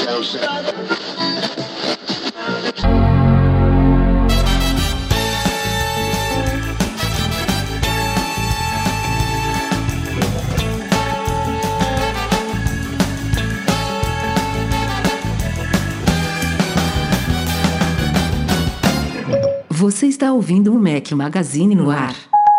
Você está ouvindo o Mac Magazine no ar.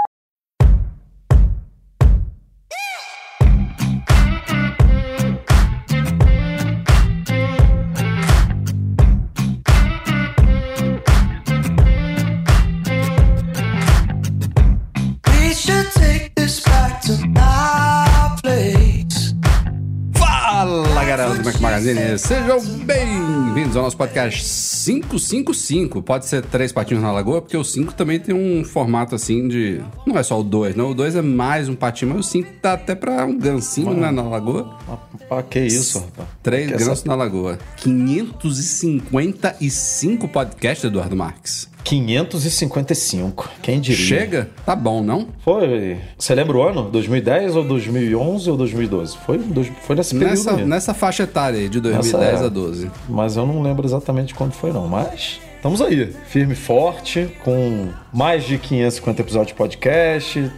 Fala, galera do Mac Magazine, sejam bem-vindos ao nosso podcast 555. Pode ser 3 patinhos na lagoa, porque o 5 também tem um formato assim de... Não é só o 2, não. O 2 é mais um patinho, mas o 5 dá até pra um gancinho, né, na lagoa. Que isso, rapaz? 3 gansos na lagoa. 555 podcasts, Eduardo Marques. 555, quem diria? Chega? Tá bom, não? Foi. Você lembra o ano? 2010 ou 2011 ou 2012? Foi nesse período nessa faixa etária aí, de 2010 a 12. Mas eu não lembro exatamente quando foi, não. Mas estamos aí, firme e forte, com mais de 550 episódios de podcast.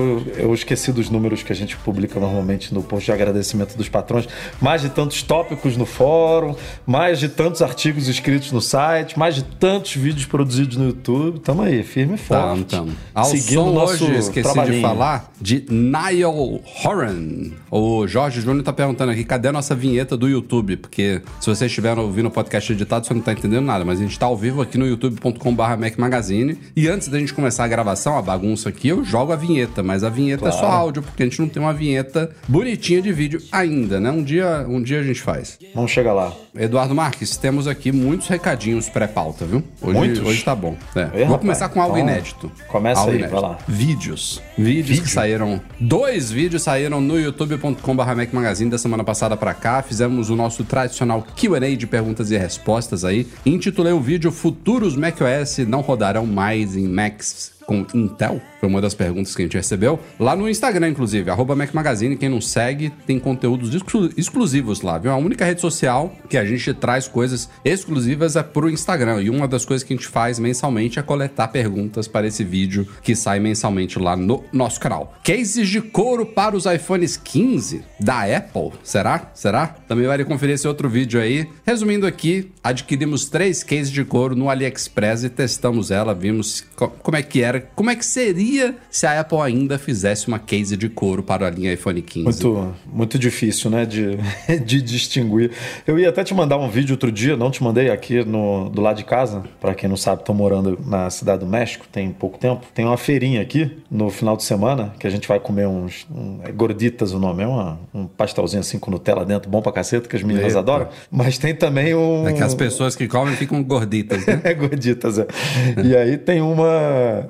Eu esqueci dos números que a gente publica normalmente no post de agradecimento dos patrões. Mais de tantos tópicos no fórum, mais de tantos artigos escritos no site, mais de tantos vídeos produzidos no YouTube. Tamo aí, firme e forte. Tamo. Ao seguindo som nosso hoje, esqueci de falar de Niall Horan. O Jorge Júnior tá perguntando aqui, cadê a nossa vinheta do YouTube? Porque se vocês estiveram ouvindo o podcast editado, você não tá entendendo nada, mas a gente tá ao vivo aqui no youtube.com/Mac Magazine. E antes da gente começar a gravação, a bagunça aqui, eu jogo a vinheta, mas a vinheta é só áudio, porque a gente não tem uma vinheta bonitinha de vídeo ainda, né? Um dia a gente faz. Vamos chegar lá. Eduardo Marques, temos aqui muitos recadinhos pré-pauta, viu? Hoje tá bom. Vou começar com algo inédito. Começa algo aí, inédito. vai lá. Vídeos que saíram. 2 vídeos saíram no youtube.com/Mac Magazine da semana passada pra cá. Fizemos o nosso tradicional Q&A de perguntas e respostas aí. Intitulei o vídeo Futuros macOS não rodarão mais em Macs com Intel? Foi uma das perguntas que a gente recebeu. Lá no Instagram, inclusive, @Mac Magazine. Quem não segue, tem conteúdos exclusivos lá, viu? A única rede social que a gente traz coisas exclusivas é pro Instagram. E uma das coisas que a gente faz mensalmente é coletar perguntas para esse vídeo que sai mensalmente lá no nosso canal. Cases de couro para os iPhones 15 da Apple. Será? Também vale conferir esse outro vídeo aí. Resumindo aqui, adquirimos 3 cases de couro no AliExpress e testamos ela. Vimos como é que era. Como é que seria se a Apple ainda fizesse uma case de couro para a linha iPhone 15? Muito difícil, né, de distinguir. Eu ia até te mandar um vídeo outro dia, não te mandei aqui do lado de casa. Para quem não sabe, tô morando na cidade do México, tem pouco tempo. Tem uma feirinha aqui no final de semana que a gente vai comer gorditas, o nome. É um pastelzinho assim com Nutella dentro, bom pra caceta, que as meninas adoram. Mas tem também É que as pessoas que comem ficam gorditas, né? Gorditas, é. E aí tem uma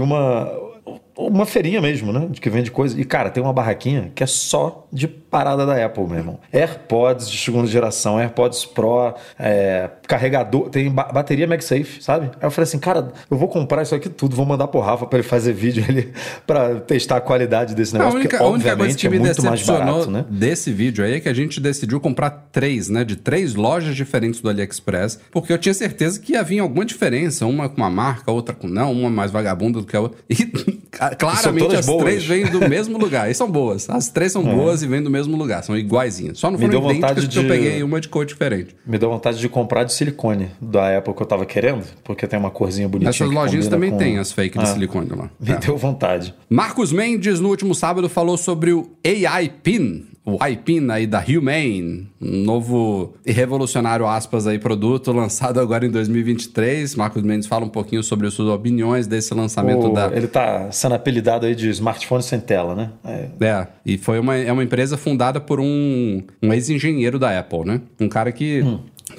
feirinha mesmo, né? De que vende coisa. E, cara, tem uma barraquinha que é só de parada da Apple, meu irmão. AirPods de segunda geração, AirPods Pro, carregador, tem bateria MagSafe, sabe? Aí eu falei assim, cara, eu vou comprar isso aqui tudo, vou mandar pro Rafa pra ele fazer vídeo ali pra testar a qualidade desse negócio, porque obviamente é muito mais barato, né? Desse vídeo aí é que a gente decidiu comprar 3, né? De 3 lojas diferentes do AliExpress, porque eu tinha certeza que ia vir alguma diferença, uma com uma marca, outra com não, uma mais vagabunda do que a outra. E claramente as boas. 3 vêm do mesmo lugar. E são boas. As 3 são boas e vêm do mesmo lugar. São iguaizinhas. Só não foram idênticas porque eu peguei uma de cor diferente. Me deu vontade de comprar de silicone da Apple que eu tava querendo, porque tem uma corzinha bonitinha. Essas lojinhas também tem as fake de silicone lá. Me deu vontade. Marcos Mendes, no último sábado, falou sobre o AI Pin. O iPin aí da Humane, um novo e revolucionário, aspas, aí, produto lançado agora em 2023. Marcos Mendes fala um pouquinho sobre as suas opiniões desse lançamento Ele tá sendo apelidado aí de smartphone sem tela, né? E foi uma empresa fundada por um ex-engenheiro da Apple, né? Um cara que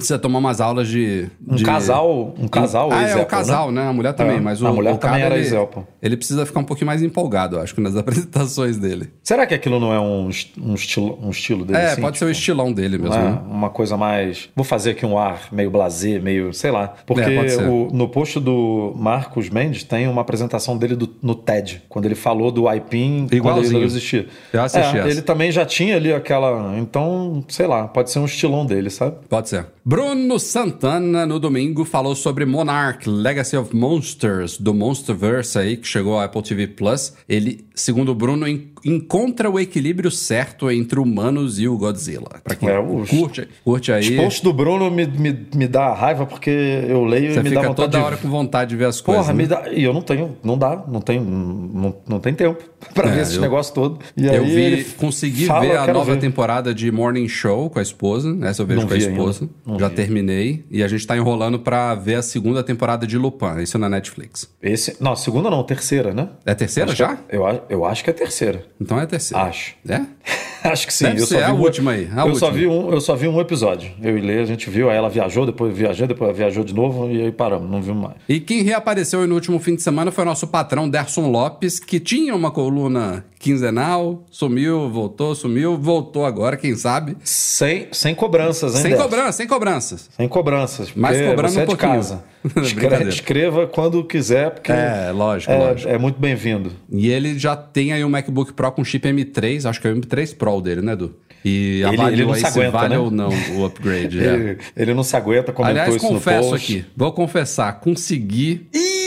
Precisa tomar umas aulas de... Um casal é o casal, né? A mulher também, mas a mulher também cara, era ex-Apple. Ele precisa ficar um pouquinho mais empolgado, eu acho, nas apresentações dele. Será que aquilo não é um estilo dele? É, assim, pode ser o estilão dele mesmo. Né? Uma coisa mais... Vou fazer aqui um ar meio blasé, meio... sei lá. Porque no post do Marcos Mendes tem uma apresentação dele no TED, quando ele falou do iPin quando ele não existia. Eu assisti essa. Ele também já tinha ali aquela... Então, sei lá, pode ser um estilão dele, sabe? Pode ser. Bruno Santana, no domingo, falou sobre Monarch, Legacy of Monsters, do Monsterverse aí, que chegou ao Apple TV Plus. Ele, segundo o Bruno, encontra o equilíbrio certo entre humanos e o Godzilla. Pra quem curte aí... Os posts do Bruno me dá raiva porque eu leio e me dá vontade de... Você fica toda hora com vontade de ver as coisas. Porra, me dá... E eu não tenho... Não dá. Não tem tempo pra ver esse negócio todo. E aí consegui ver a nova temporada de Morning Show com a esposa. Essa eu vejo com a esposa. Já terminei. E a gente tá enrolando pra ver a segunda temporada de Lupin. Isso na Netflix. Não, segunda não, terceira, né? É terceira já? Eu acho que é terceira. Então é terceira. Acho. É? Acho que sim. Deve ser a última aí. Eu só vi um episódio. Eu e Lê, a gente viu, aí ela viajou, depois viajou de novo e aí paramos, não vimos mais. E quem reapareceu aí no último fim de semana foi o nosso patrão Derson Lopes, que tinha uma coluna quinzenal, sumiu, voltou agora, quem sabe. Sem cobranças, hein, sem cobranças. Sem cobranças. Mas cobrando um pouquinho. De casa. Escreva quando quiser, porque lógico. É muito bem-vindo. E ele já tem aí um MacBook Pro com chip M3, acho que é o M3 Pro dele, né, Edu? E avaliou aí se vale ou não o upgrade. Ele não se aguenta, comentou Aliás, isso no post. confesso aqui, vou confessar, consegui...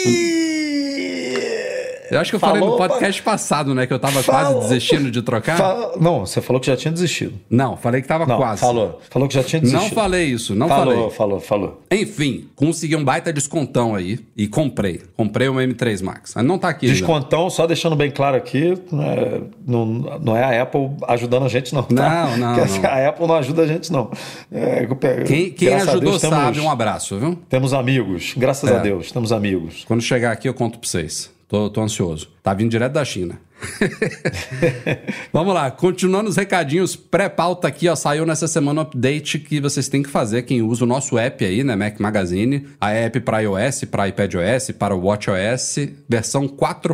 Eu acho que eu falei no podcast passado, né? Que eu tava quase desistindo de trocar. Não, você falou que já tinha desistido. Não, falei que tava quase. Falou que já tinha desistido. Não falei isso, Falou. Enfim, consegui um baita descontão aí e comprei. Comprei uma M3 Max. Não tá aqui. Descontão, só deixando bem claro aqui, não é a Apple ajudando a gente, não. Tá? Não. A Apple não ajuda a gente, não. Quem ajudou sabe, um abraço, viu? Temos amigos, graças a Deus, temos amigos. Quando chegar aqui eu conto pra vocês. Tô ansioso. Tá vindo direto da China. Vamos lá, continuando os recadinhos pré-pauta aqui, ó, saiu nessa semana um update que vocês têm que fazer, quem usa o nosso app aí, né, Mac Magazine, a app para iOS, para iPadOS, para WatchOS, versão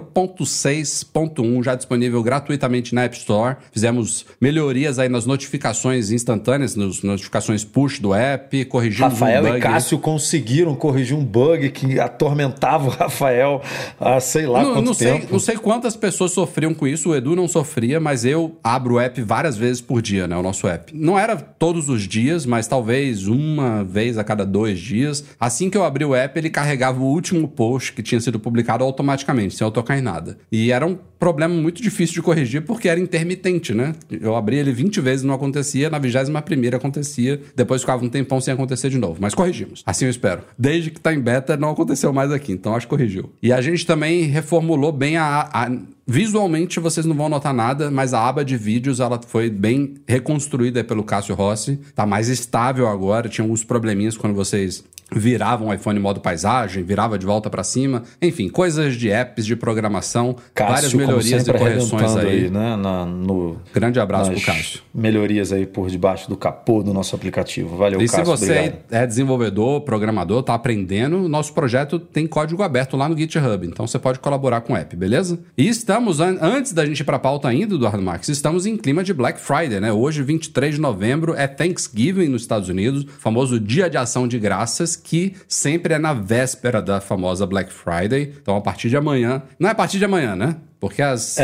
4.6.1, já disponível gratuitamente na App Store. Fizemos melhorias aí nas notificações instantâneas, nas notificações push do app, corrigimos Rafael um bug. E Cássio conseguiram corrigir um bug que atormentava o Rafael há sei lá quanto tempo. Não sei quantas pessoas sofriam com isso, o Edu não sofria, mas eu abro o app várias vezes por dia, né, o nosso app. Não era todos os dias, mas talvez uma vez a cada 2 dias. Assim que eu abri o app, ele carregava o último post que tinha sido publicado automaticamente, sem eu tocar em nada. E era um problema muito difícil de corrigir, porque era intermitente, né? Eu abri ele 20 vezes e não acontecia, na 21ª acontecia, depois ficava um tempão sem acontecer de novo. Mas corrigimos, assim eu espero. Desde que tá em beta, não aconteceu mais aqui, então acho que corrigiu. E a gente também reformulou bem visualmente vocês não vão notar nada, mas a aba de vídeos ela foi bem reconstruída pelo Cássio Rossi. Tá mais estável agora. Tinha alguns probleminhas quando vocês viravam o iPhone em modo paisagem, virava de volta pra cima. Enfim, coisas de apps, de programação, Cássio, várias melhorias e correções aí. Né? Grande abraço pro Cássio. Melhorias aí por debaixo do capô do nosso aplicativo. Valeu, Cássio. E se você obrigado. É desenvolvedor, programador, tá aprendendo, nosso projeto tem código aberto lá no GitHub. Então você pode colaborar com o app, beleza? E estamos, antes da gente ir pra pauta ainda, Eduardo Marques, estamos em clima de Black Friday, né? Hoje, 23 de novembro, é Thanksgiving nos Estados Unidos, famoso Dia de Ação de Graças, que sempre é na véspera da famosa Black Friday. Então, a partir de amanhã... Não é a partir de amanhã, né? Porque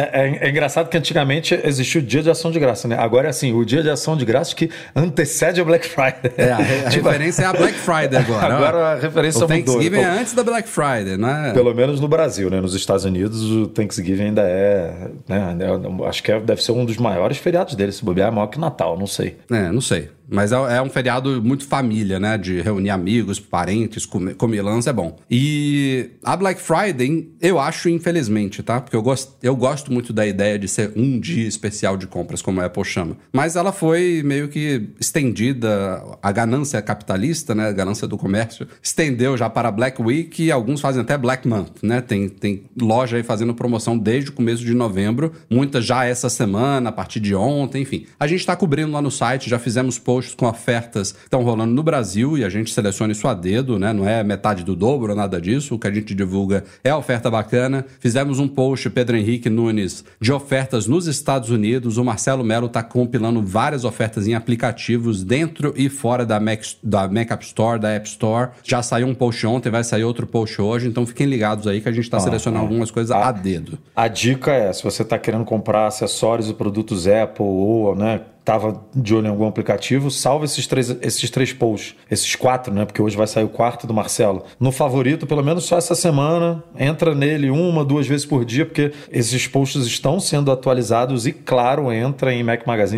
É engraçado que antigamente existia o Dia de Ação de Graça, né? Agora é assim, o Dia de Ação de Graça que antecede a Black Friday. A referência é a Black Friday agora. Agora a referência mudou. O Thanksgiving é antes da Black Friday, né? Pelo menos no Brasil, né? Nos Estados Unidos o Thanksgiving ainda é... Né? Acho que deve ser um dos maiores feriados deles. Se bobear é maior que Natal, não sei. Não sei. Mas é um feriado muito família, né? De reunir amigos, parentes, comilança, é bom. E a Black Friday, eu acho, infelizmente, tá? Porque eu gostei eu gosto muito da ideia de ser um dia especial de compras, como a Apple chama. Mas ela foi meio que estendida, a ganância capitalista, né, a ganância do comércio, estendeu já para Black Week e alguns fazem até Black Month, né? Tem loja aí fazendo promoção desde o começo de novembro, muitas já essa semana, a partir de ontem, enfim. A gente está cobrindo lá no site, já fizemos posts com ofertas que estão rolando no Brasil e a gente seleciona isso a dedo, né? Não é metade do dobro ou nada disso, o que a gente divulga é a oferta bacana. Fizemos um post, Pedro Henrique Nunes, de ofertas nos Estados Unidos, o Marcelo Melo está compilando várias ofertas em aplicativos dentro e fora da Mac App Store, da App Store. Já saiu um post ontem, vai sair outro post hoje, então fiquem ligados aí que a gente está selecionando algumas coisas a dedo. A dica é, se você está querendo comprar acessórios e produtos Apple ou, né, estava de olho em algum aplicativo, salva esses três posts, esses 4, né? Porque hoje vai sair o 4º do Marcelo. No favorito, pelo menos só essa semana, entra nele 1, 2 vezes por dia, porque esses posts estão sendo atualizados e, claro, entra em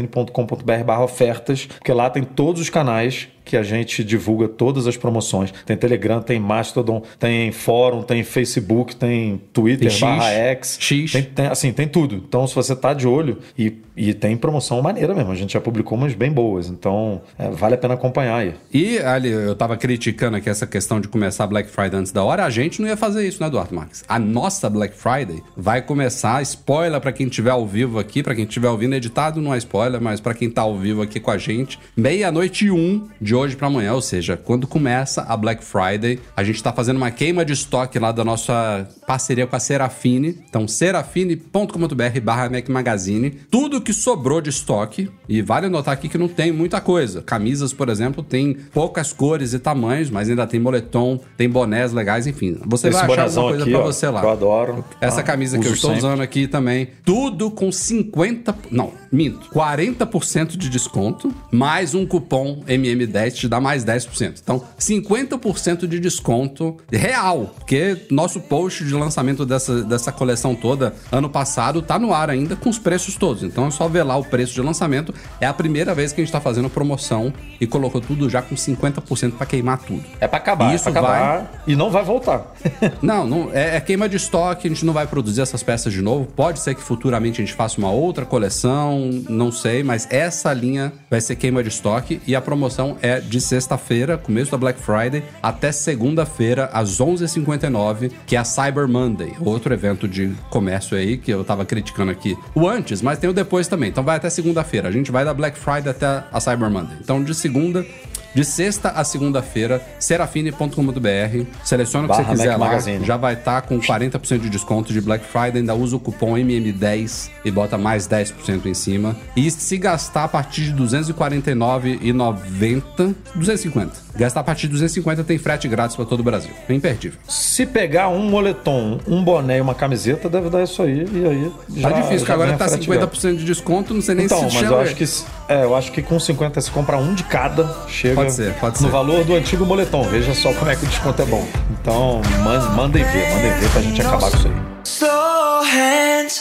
macmagazine.com.br/ofertas, porque lá tem todos os canais que a gente divulga todas as promoções. Tem Telegram, tem Mastodon, tem Fórum, tem Facebook, tem Twitter, /X. Tem tudo. Então, se você tá de olho, e tem promoção maneira mesmo. A gente já publicou umas bem boas. Então, vale a pena acompanhar aí. E, ali, eu tava criticando aqui essa questão de começar a Black Friday antes da hora. A gente não ia fazer isso, né, Eduardo Marques? A nossa Black Friday vai começar, spoiler pra quem estiver ao vivo aqui, pra quem estiver ouvindo editado, não é spoiler, mas pra quem tá ao vivo aqui com a gente, 00:01 de hoje pra amanhã, ou seja, quando começa a Black Friday, a gente tá fazendo uma queima de estoque lá da nossa parceria com a Serafine. Então, serafine.com.br/Mac Magazine. Tudo que sobrou de estoque, e vale notar aqui que não tem muita coisa. Camisas, por exemplo, tem poucas cores e tamanhos, mas ainda tem moletom, tem bonés legais, enfim. Você vai achar alguma coisa aqui, pra você lá. Eu adoro. Essa camisa que eu estou usando aqui também. Tudo com 40% de desconto, mais um cupom MM10 te dá mais 10%. Então, 50% de desconto real, porque nosso post de lançamento dessa coleção toda, ano passado, tá no ar ainda com os preços todos. Então, é só ver lá o preço de lançamento. É a primeira vez que a gente tá fazendo promoção e colocou tudo já com 50% pra queimar tudo. É pra acabar, isso vai... e não vai voltar. Não, é queima de estoque, a gente não vai produzir essas peças de novo. Pode ser que futuramente a gente faça uma outra coleção, não sei, mas essa linha vai ser queima de estoque e a promoção é de sexta-feira, começo da Black Friday, até segunda-feira, às 11h59, que é a Cyber Monday, outro evento de comércio aí, que eu tava criticando aqui o antes, mas tem o depois também. Então vai até segunda-feira. A gente vai da Black Friday até a Cyber Monday. Então de sexta a segunda-feira, serafine.com.br, seleciona o que você quiser lá, Magazine. Já vai estar com 40% de desconto de Black Friday, ainda usa o cupom MM10 e bota mais 10% em cima. E se gastar a partir de R$249,90, 250. Gastar a partir de 250 tem frete grátis para todo o Brasil. É imperdível. Se pegar um moletom, um boné e uma camiseta, deve dar isso aí. E aí tá difícil, porque agora tá 50% de desconto, não sei nem então, se mas eu acho que com 50 se compra um de cada, chega pode ser. No valor do antigo moletom. Veja só como é que o desconto é bom. Então, mandem ver pra gente acabar com isso aí. So hands.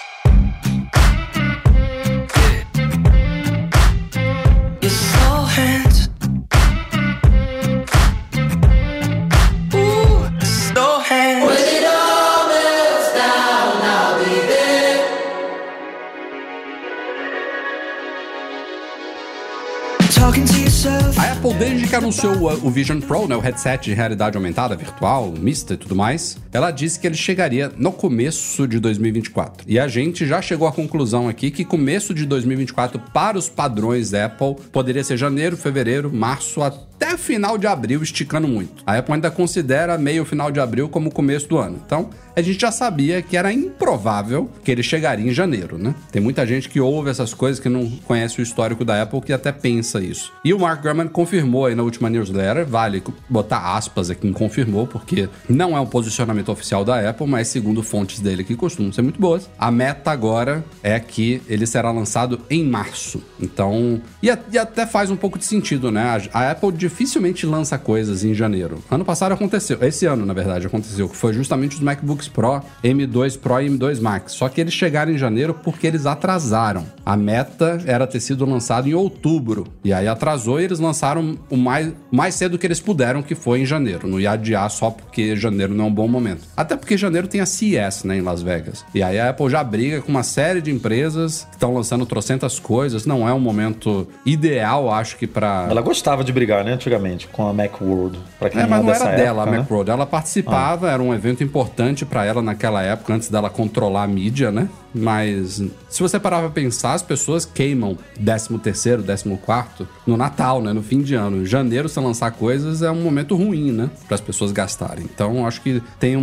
A Apple, desde que anunciou o Vision Pro, né, o headset de realidade aumentada, virtual, mista e tudo mais, ela disse que ele chegaria no começo de 2024. E a gente já chegou à conclusão aqui que começo de 2024, para os padrões Apple, poderia ser janeiro, fevereiro, março, até final de abril, esticando muito. A Apple ainda considera meio final de abril como começo do ano. Então, a gente já sabia que era improvável que ele chegaria em janeiro, né? Tem muita gente que ouve essas coisas, que não conhece o histórico da Apple, que até pensa isso. E o Mark Gurman confirmou aí na última newsletter, vale botar aspas aqui em confirmou, porque não é um posicionamento oficial da Apple, mas segundo fontes dele que costumam ser muito boas, a meta agora é que ele será lançado em março. Então, e até faz um pouco de sentido, né? A Apple dificilmente dificilmente lança coisas em janeiro. Ano passado aconteceu, esse ano, na verdade, aconteceu, que foi justamente os MacBooks Pro, M2 Pro e M2 Max. Só que eles chegaram em janeiro porque eles atrasaram. A meta era ter sido lançado em outubro. E aí atrasou e eles lançaram o mais cedo que eles puderam, que foi em janeiro. Não ia adiar só porque janeiro não é um bom momento. Até porque janeiro tem a CES, né, em Las Vegas. E aí a Apple já briga com uma série de empresas que estão lançando trocentas coisas. Não é um momento ideal, acho que pra... Ela gostava de brigar, né, antigamente, com a Macworld. Pra quem mas não dessa era dela, época, a Macworld. Né? Ela participava, era um evento importante pra ela naquela época, antes dela controlar a mídia, né? Mas se você parar pra pensar, as pessoas queimam 13º, 14º no Natal, né? No fim de ano. Em janeiro, se lançar coisas, é um momento ruim, né? Para as pessoas gastarem. Então, acho que tem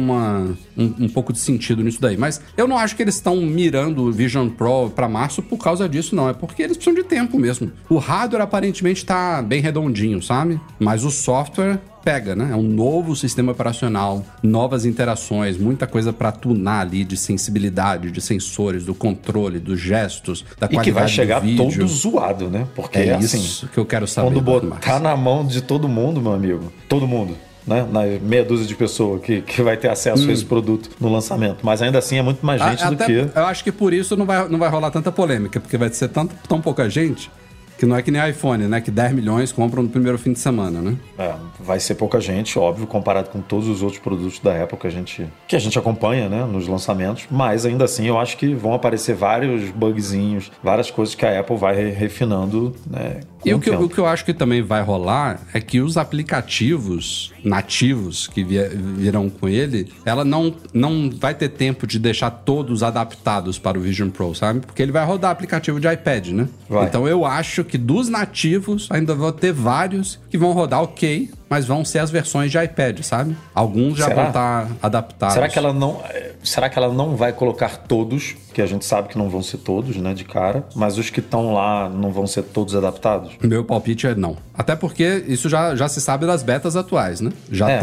um pouco de sentido nisso daí. Mas eu não acho que eles estão mirando o Vision Pro para março por causa disso, não. É porque eles precisam de tempo mesmo. O hardware, aparentemente, tá bem redondinho, sabe? Mas o software... pega, né? É um novo sistema operacional, novas interações, muita coisa para tunar ali de sensibilidade, de sensores, do controle, dos gestos, da qualidade do vídeo. E que vai chegar todo zoado, né? Porque é assim, isso que eu quero saber. Quando botar na mão de todo mundo, meu amigo, todo mundo, né? Na meia dúzia de pessoas que vai ter acesso a esse produto no lançamento. Mas ainda assim é muito mais gente do que... Eu acho que por isso não vai rolar tanta polêmica, porque vai ser tão pouca gente... que não é que nem iPhone, né? Que 10 milhões compram no primeiro fim de semana, né? Vai ser pouca gente, óbvio, comparado com todos os outros produtos da Apple que a gente acompanha, né? Nos lançamentos. Mas ainda assim, eu acho que vão aparecer vários bugzinhos, várias coisas que a Apple vai refinando, né? E o que eu acho que também vai rolar é que os aplicativos nativos que virão com ele, ela não vai ter tempo de deixar todos adaptados para o Vision Pro, sabe? Porque ele vai rodar aplicativo de iPad, né? Então eu acho que dos nativos ainda vão ter vários que vão rodar ok, mas vão ser as versões de iPad, sabe? Alguns já vão estar adaptados. Será que ela não vai colocar todos, que a gente sabe que não vão ser todos, né, de cara, mas os que estão lá não vão ser todos adaptados? Meu palpite é não. Até porque isso já se sabe das betas atuais, né?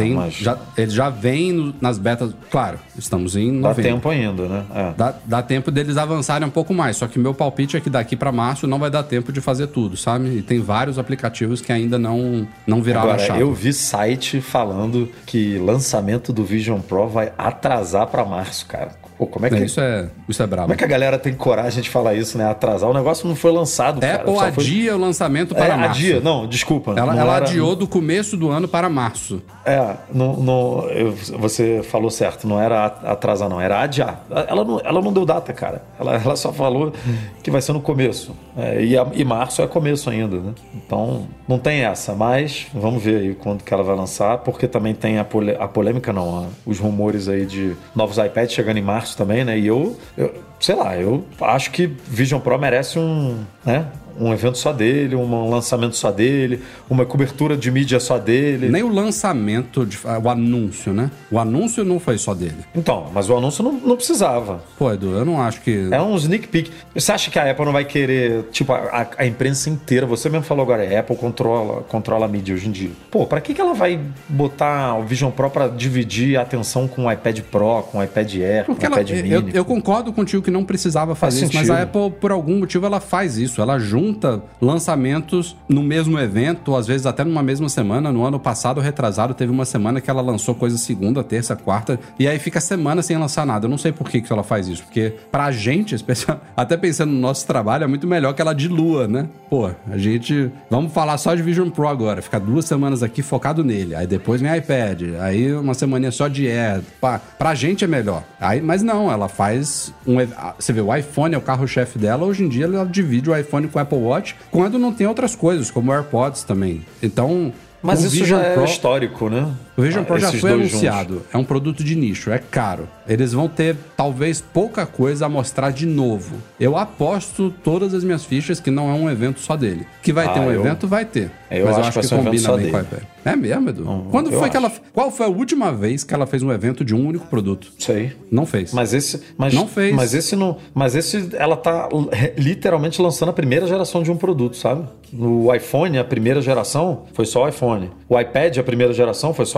Ele já vem nas betas... Claro, estamos em novembro. Dá tempo ainda, né? Dá tempo deles avançarem um pouco mais, só que meu palpite é que daqui para março não vai dar tempo de fazer tudo, sabe? E tem vários aplicativos que ainda não viraram a chave. Eu vi site falando que lançamento do Vision Pro vai atrasar para março, cara. Pô, como é que... Isso é brabo. Como é que a galera tem coragem de falar isso, né? Atrasar. O negócio não foi lançado, cara. Apple adia o lançamento para março. Adia. Não, desculpa. Ela adiou do começo do ano para março. Você falou certo. Não era atrasar, não. Era adiar. Ela não deu data, cara. Ela só falou que vai ser no começo. E março é começo ainda, né? Então, não tem essa. Mas vamos ver aí quando que ela vai lançar. Porque também tem a polêmica, não. Os rumores aí de novos iPads chegando em março também, né? E eu acho que Vision Pro merece um evento só dele, um lançamento só dele, uma cobertura de mídia só dele. Nem o lançamento, o anúncio, né? O anúncio não foi só dele. Então, mas o anúncio não precisava. Pô, Edu, eu não acho que... É um sneak peek. Você acha que a Apple não vai querer, tipo, a imprensa inteira, você mesmo falou agora, a Apple controla a mídia hoje em dia. Pô, pra que ela vai botar o Vision Pro pra dividir a atenção com o iPad Pro, com o iPad Air, porque com o iPad Mini? Eu concordo contigo que não precisava fazer isso, mas a Apple, por algum motivo, ela faz isso. Ela junta lançamentos no mesmo evento, ou às vezes até numa mesma semana. No ano passado, retrasado, teve uma semana que ela lançou coisa segunda, terça, quarta, e aí fica semana sem lançar nada. Eu não sei por que ela faz isso, porque pra gente, até pensando no nosso trabalho, é muito melhor que ela dilua, né? Pô, vamos falar só de Vision Pro agora, ficar 2 semanas aqui focado nele, aí depois vem iPad, aí uma semaninha só de Air. Pra gente é melhor. Mas não, ela faz você vê, o iPhone é o carro-chefe dela. Hoje em dia ela divide o iPhone com o Apple Watch quando não tem outras coisas, como o AirPods também. Então... Mas isso Vision já é histórico, né? O Vision Pro já foi anunciado. Juntos. É um produto de nicho, é caro. Eles vão ter, talvez, pouca coisa a mostrar de novo. Eu aposto todas as minhas fichas que não é um evento só dele. Que vai ter um evento, vai ter. Mas eu acho que combina bem com a iPad. É mesmo, Edu? Qual foi a última vez que ela fez um evento de um único produto? Sei. Não fez. Não fez. Mas esse ela tá literalmente lançando a primeira geração de um produto, sabe? No iPhone, a primeira geração foi só o iPhone. O iPad, a primeira geração, foi só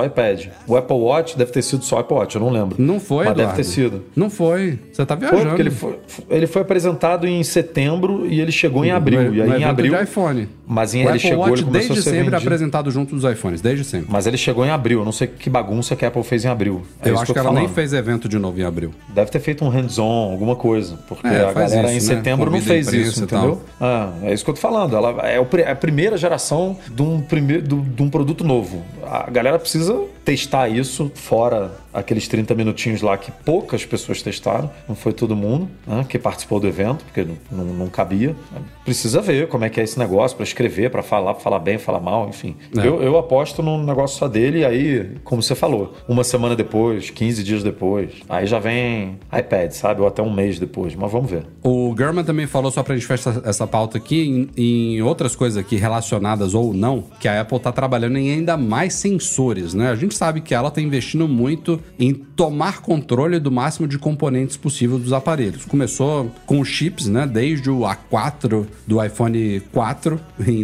iPad. O Apple Watch deve ter sido só Apple Watch, eu não lembro. Não foi, mas Eduardo. deve ter sido. Não foi. Você tá viajando. Foi, porque ele foi apresentado em setembro e ele chegou em abril. E aí em abril... de iPhone. Mas o ele Apple chegou, Watch ele começou desde a ser sempre vendido. apresentado junto dos iPhones, desde sempre. Mas ele chegou em abril. Eu não sei que bagunça que a Apple fez em abril. Eu acho que ela nem fez evento de novo em abril. Deve ter feito um hands-on, alguma coisa. Porque a galera em setembro não fez isso, entendeu? É isso que eu tô falando. Ela é a primeira geração de um produto novo. A galera precisa testar isso fora aqueles 30 minutinhos lá que poucas pessoas testaram. Não foi todo mundo, né, que participou do evento, porque não cabia. Precisa ver como é que é esse negócio para escrever, para falar bem, falar mal, enfim. Eu aposto num negócio só dele e aí, como você falou, uma semana depois, 15 dias depois, aí já vem iPad, sabe? Ou até um mês depois, mas vamos ver. O Gurman também falou, só pra gente fechar essa pauta aqui, em outras coisas aqui relacionadas ou não, que a Apple tá trabalhando em ainda mais sensores, né? A gente sabe que ela tá investindo muito em tomar controle do máximo de componentes possível dos aparelhos. Começou com os chips, né? Desde o A4 do iPhone 4 em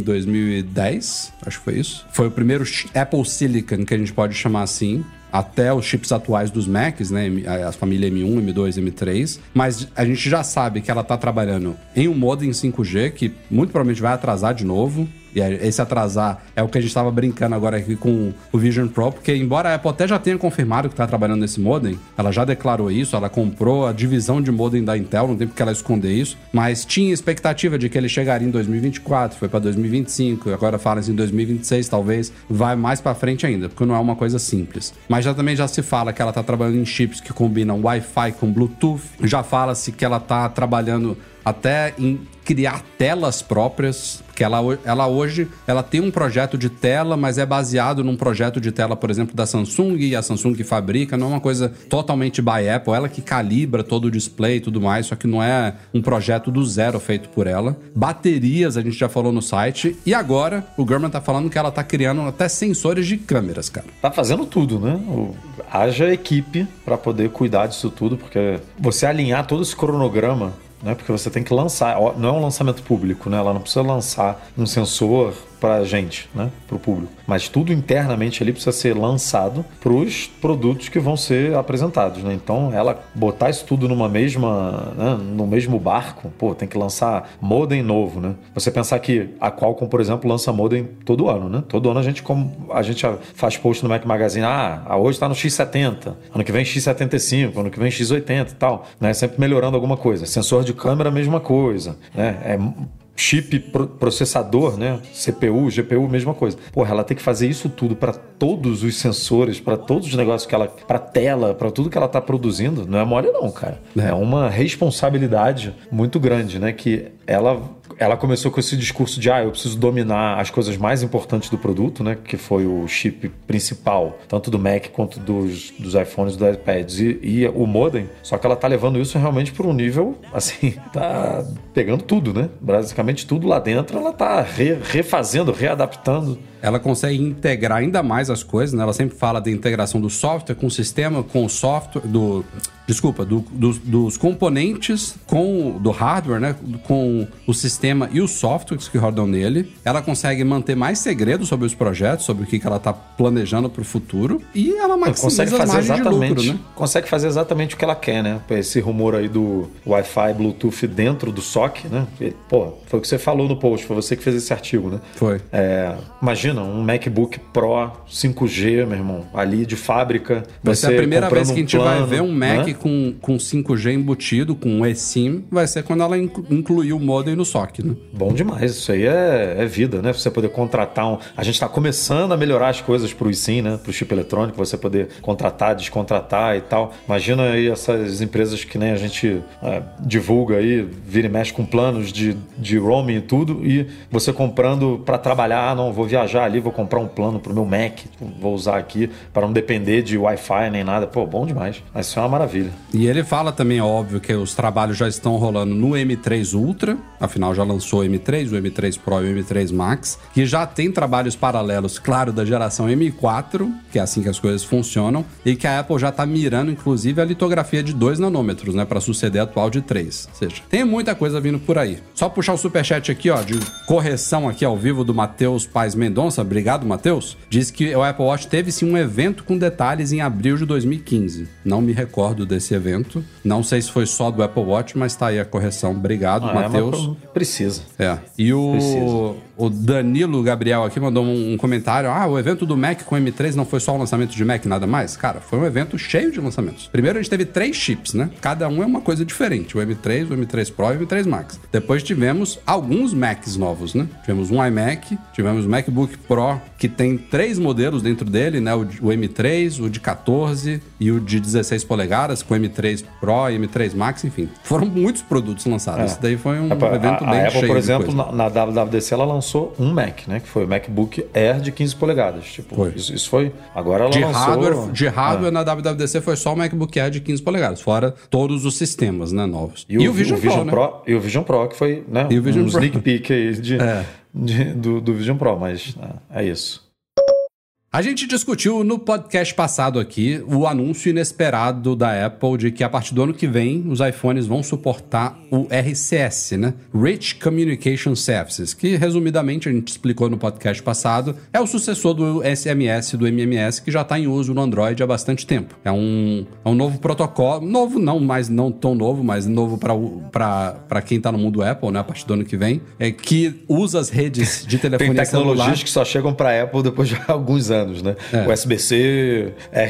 2010, acho que foi isso. Foi o primeiro Apple Silicon, que a gente pode chamar assim, até os chips atuais dos Macs, né? A família M1, M2, M3. Mas a gente já sabe que ela está trabalhando em um modem 5G, que muito provavelmente vai atrasar de novo. E esse atrasar é o que a gente estava brincando agora aqui com o Vision Pro, porque embora a Apple até já tenha confirmado que está trabalhando nesse modem, ela já declarou isso, ela comprou a divisão de modem da Intel, não tem porque ela esconder isso, mas tinha expectativa de que ele chegaria em 2024, foi para 2025, agora fala-se em 2026, talvez vai mais para frente ainda, porque não é uma coisa simples. Mas também já se fala que ela está trabalhando em chips que combinam Wi-Fi com Bluetooth, já fala-se que ela está trabalhando até em criar telas próprias, porque ela hoje tem um projeto de tela, mas é baseado num projeto de tela, por exemplo, da Samsung, e a Samsung que fabrica, não é uma coisa totalmente by Apple, ela que calibra todo o display e tudo mais, só que não é um projeto do zero feito por ela. Baterias, a gente já falou no site, e agora o Gurman tá falando que ela tá criando até sensores de câmeras, cara. Tá fazendo tudo, né? Haja equipe para poder cuidar disso tudo, porque você alinhar todo esse cronograma, né? Porque você tem que lançar, não é um lançamento público, né? Ela não precisa lançar um sensor para a gente, né? Para o público. Mas tudo internamente ali precisa ser lançado para os produtos que vão ser apresentados, né? Então, ela botar isso tudo numa mesma, né? No mesmo barco, tem que lançar modem novo, né? Você pensar que a Qualcomm, por exemplo, lança modem todo ano, né? Todo ano a gente faz post no Mac Magazine, hoje está no X70, ano que vem X75, ano que vem X80 e tal, né? Sempre melhorando alguma coisa. Sensor de câmera, mesma coisa, né? Chip processador, né? CPU, GPU, mesma coisa. Ela tem que fazer isso tudo para todos os sensores, para todos os negócios que ela... para tela, para tudo que ela está produzindo. Não é mole não, cara. É uma responsabilidade muito grande, né? Que ela começou com esse discurso de eu preciso dominar as coisas mais importantes do produto, né? Que foi o chip principal, tanto do Mac quanto dos iPhones, dos iPads e o modem. Só que ela tá levando isso realmente para um nível, assim, tá pegando tudo, né? Basicamente tudo lá dentro ela tá refazendo, readaptando. Ela consegue integrar ainda mais as coisas, né? Ela sempre fala da integração do software com o sistema, com o software, dos componentes do hardware, né? Com o sistema e os softwares que rodam nele. Ela consegue manter mais segredos sobre os projetos, sobre o que ela está planejando para o futuro, e ela maximiza as margens de lucro, né? Consegue fazer exatamente o que ela quer, né? Esse rumor aí do Wi-Fi, Bluetooth dentro do SoC, né? Foi o que você falou no post, foi você que fez esse artigo, né? Foi. Imagina um MacBook Pro 5G, meu irmão, ali de fábrica. Vai ser a primeira vez que a gente vai ver um Mac, né? com 5G embutido, com eSIM, vai ser quando ela incluir o modem no SoC, né? Bom demais, isso aí é vida, né? Você poder contratar A gente está começando a melhorar as coisas pro eSIM, né? Pro chip eletrônico, você poder contratar, descontratar e tal. Imagina aí essas empresas que nem a gente divulga aí, vira e mexe com planos de roaming e tudo, e você comprando para trabalhar, não, vou viajar ali, vou comprar um plano pro meu Mac, vou usar aqui para não depender de Wi-Fi nem nada. Bom demais. Isso é uma maravilha. maravilha. E ele fala também, óbvio, que os trabalhos já estão rolando no M3 Ultra, afinal já lançou o M3, o M3 Pro e o M3 Max, que já tem trabalhos paralelos, claro, da geração M4, que é assim que as coisas funcionam, e que a Apple já tá mirando, inclusive, a litografia de 2 nanômetros, né, para suceder a atual de 3. Ou seja, tem muita coisa vindo por aí. Só puxar o superchat aqui, ó, de correção aqui ao vivo do Matheus Paz Mendonça. Obrigado, Matheus. Diz que o Apple Watch teve sim um evento com detalhes em abril de 2015. Não me recordo desse evento. Não sei se foi só do Apple Watch, mas tá aí a correção. Obrigado, Matheus. Precisa. E o Danilo Gabriel aqui mandou um comentário. O evento do Mac com M3 não foi só o lançamento de Mac, nada mais? Cara, foi um evento cheio de lançamentos. Primeiro a gente teve 3 chips, né? Cada um é uma coisa diferente. O M3, o M3 Pro e o M3 Max. Depois tivemos alguns Macs novos, né? Tivemos um iMac, tivemos o MacBook Pro, que tem 3 modelos dentro dele, né? O M3, o de 14 e o de 16 polegadas, com M3 Pro e M3 Max, enfim. Foram muitos produtos lançados. Esse daí foi um evento bem cheio. A Apple, por exemplo, na WWDC, ela lançou um Mac, né? Que foi o MacBook Air de 15 polegadas. Tipo, isso foi... Agora ela lançou... De hardware na WWDC foi só o MacBook Air de 15 polegadas, fora todos os sistemas, né, novos. E o Vision Pro, né? E o Vision Pro, que foi, né, um sneak peek aí do Vision Pro, mas é isso. A gente discutiu no podcast passado aqui o anúncio inesperado da Apple de que a partir do ano que vem os iPhones vão suportar o RCS, né? Rich Communication Services, que resumidamente a gente explicou no podcast passado, é o sucessor do SMS, do MMS, que já está em uso no Android há bastante tempo. É um novo protocolo, novo não, mas não tão novo, mas novo para quem está no mundo Apple, né? A partir do ano que vem, que usa as redes de telefonia Tem tecnologias celular. que só chegam para a Apple depois de alguns anos. Né? USB-C,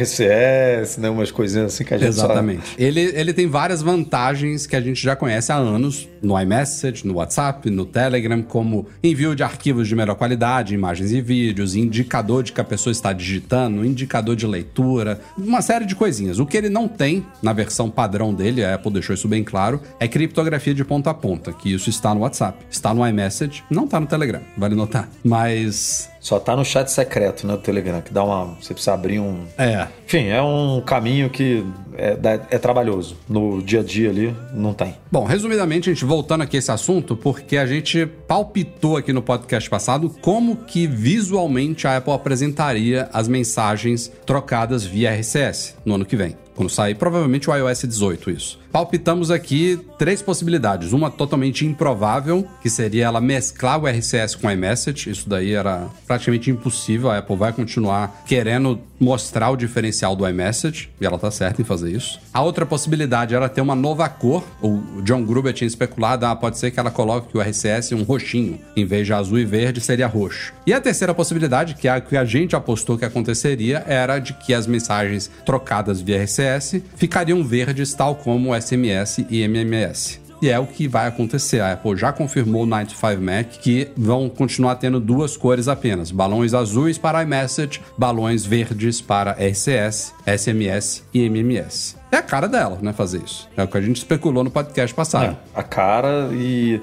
RCS, né? Umas coisinhas assim que a gente Exatamente. Ele tem várias vantagens que a gente já conhece há anos no iMessage, no WhatsApp, no Telegram, como envio de arquivos de melhor qualidade, imagens e vídeos, indicador de que a pessoa está digitando, indicador de leitura, uma série de coisinhas. O que ele não tem na versão padrão dele, a Apple deixou isso bem claro, é criptografia de ponta a ponta, que isso está no WhatsApp. Está no iMessage, não está no Telegram, vale notar. Mas... Só tá no chat secreto, né, do Telegram, que dá uma... Você precisa abrir um... Enfim, é um caminho que é trabalhoso. No dia a dia ali, não tem. Bom, resumidamente, a gente voltando aqui a esse assunto, porque a gente palpitou aqui no podcast passado como que visualmente a Apple apresentaria as mensagens trocadas via RCS no ano que vem. Quando sair, provavelmente o iOS 18, isso. Palpitamos aqui 3 possibilidades. Uma totalmente improvável, que seria ela mesclar o RCS com o iMessage. Isso daí era praticamente impossível. A Apple vai continuar querendo mostrar o diferencial do iMessage, e ela tá certa em fazer isso. A outra possibilidade era ter uma nova cor. O John Gruber tinha especulado, pode ser que ela coloque o RCS um roxinho, em vez de azul e verde, seria roxo. E a terceira possibilidade, que é a que a gente apostou que aconteceria, era de que as mensagens trocadas via RCS ficariam verdes, tal como o SMS e MMS. E é o que vai acontecer. A Apple já confirmou no 95 Mac que vão continuar tendo 2 cores apenas. Balões azuis para iMessage, balões verdes para RCS, SMS e MMS. É a cara dela, né, fazer isso. É o que a gente especulou no podcast passado. A cara e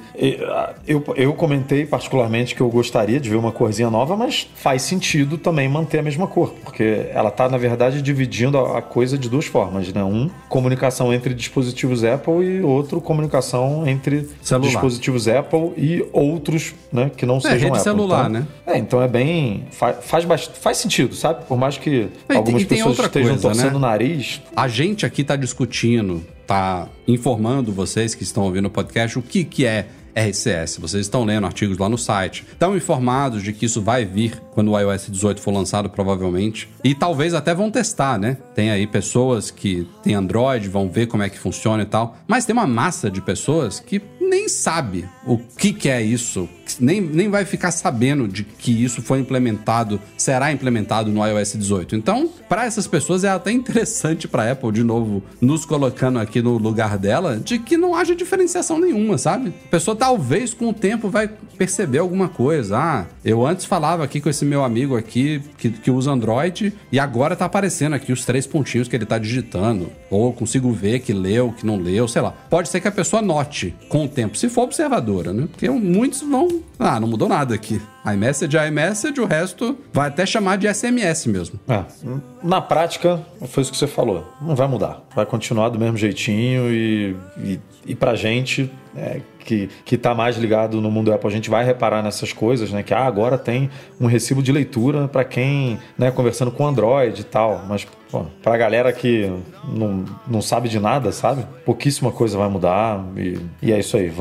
eu comentei particularmente que eu gostaria de ver uma corzinha nova, mas faz sentido também manter a mesma cor, porque ela tá, na verdade, dividindo a coisa de 2 formas, né? Comunicação entre dispositivos Apple e outro, comunicação entre dispositivos Apple e outros, né, que não sejam rede Apple. Celular, então, né? Então é bem... Faz sentido, sabe? Por mais que algumas pessoas estejam torcendo o nariz... A gente aqui tá discutindo, tá informando vocês que estão ouvindo o podcast o que é RCS. Vocês estão lendo artigos lá no site, estão informados de que isso vai vir quando o iOS 18 for lançado, provavelmente, e talvez até vão testar, né? Tem aí pessoas que têm Android, vão ver como é que funciona e tal, mas tem uma massa de pessoas que nem sabe o que é isso, nem vai ficar sabendo de que isso foi implementado, será implementado no iOS 18. Então, para essas pessoas é até interessante para a Apple, de novo, nos colocando aqui no lugar dela, de que não haja diferenciação nenhuma, sabe? A pessoa talvez com o tempo vai perceber alguma coisa. Eu antes falava aqui com esse meu amigo aqui que usa Android e agora tá aparecendo aqui os 3 pontinhos que ele tá digitando. Ou eu consigo ver que leu, que não leu, sei lá. Pode ser que a pessoa note com o tempo, se for observadora. operadora, né? Porque muitos vão... não mudou nada aqui. iMessage é iMessage, o resto vai até chamar de SMS mesmo. Na prática, foi isso que você falou. Não vai mudar. Vai continuar do mesmo jeitinho e pra gente... que tá mais ligado no mundo Apple, a gente vai reparar nessas coisas, né? Que agora tem um recibo de leitura para quem, né, conversando com Android e tal, mas pra galera que não sabe de nada, sabe? Pouquíssima coisa vai mudar e é isso aí.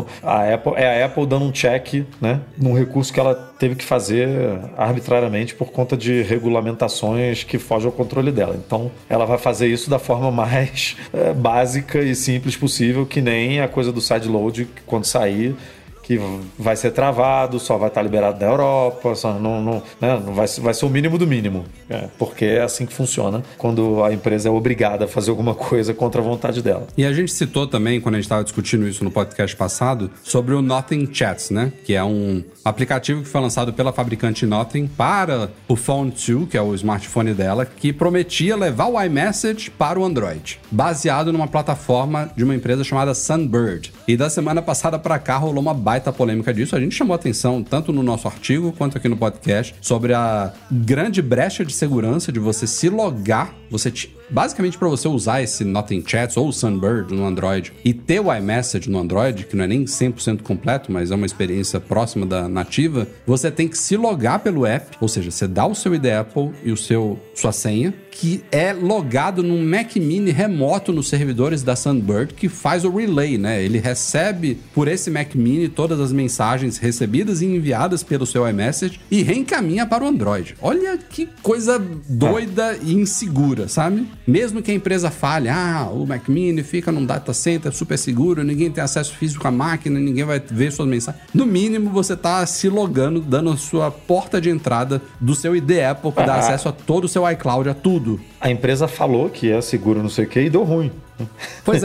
A Apple dando um check, né, num recurso que ela teve que fazer arbitrariamente por conta de regulamentações que fogem ao controle dela. Então, ela vai fazer isso da forma mais básica e simples possível, que nem a coisa do sideload, que quando sair, que vai ser travado, só vai estar liberado na Europa, só não vai ser o mínimo do mínimo. Porque é assim que funciona quando a empresa é obrigada a fazer alguma coisa contra a vontade dela. E a gente citou também, quando a gente estava discutindo isso no podcast passado, sobre o Nothing Chats, né? Que é um aplicativo que foi lançado pela fabricante Nothing para o Phone 2, que é o smartphone dela, que prometia levar o iMessage para o Android, baseado numa plataforma de uma empresa chamada Sunbird. E da semana passada para cá rolou uma baita polêmica disso. A gente chamou atenção tanto no nosso artigo quanto aqui no podcast sobre a grande brecha de segurança de você se logar, basicamente para você usar esse Nothing Chats ou o Sunbird no Android e ter o iMessage no Android, que não é nem 100% completo, mas é uma experiência próxima da nativa, você tem que se logar pelo app, ou seja, você dá o seu ID Apple e sua senha, que é logado num Mac Mini remoto nos servidores da Sunbird, que faz o relay, né? Ele recebe por esse Mac Mini todas as mensagens recebidas e enviadas pelo seu iMessage e reencaminha para o Android. Olha que coisa doida e insegura, sabe? Mesmo que a empresa fale, o Mac Mini fica num data center super seguro, ninguém tem acesso físico à máquina, ninguém vai ver suas mensagens. No mínimo, você tá se logando, dando a sua porta de entrada do seu ID Apple, que dá acesso a todo o seu iCloud, a tudo. A empresa falou que é seguro não sei o que e deu ruim. Pois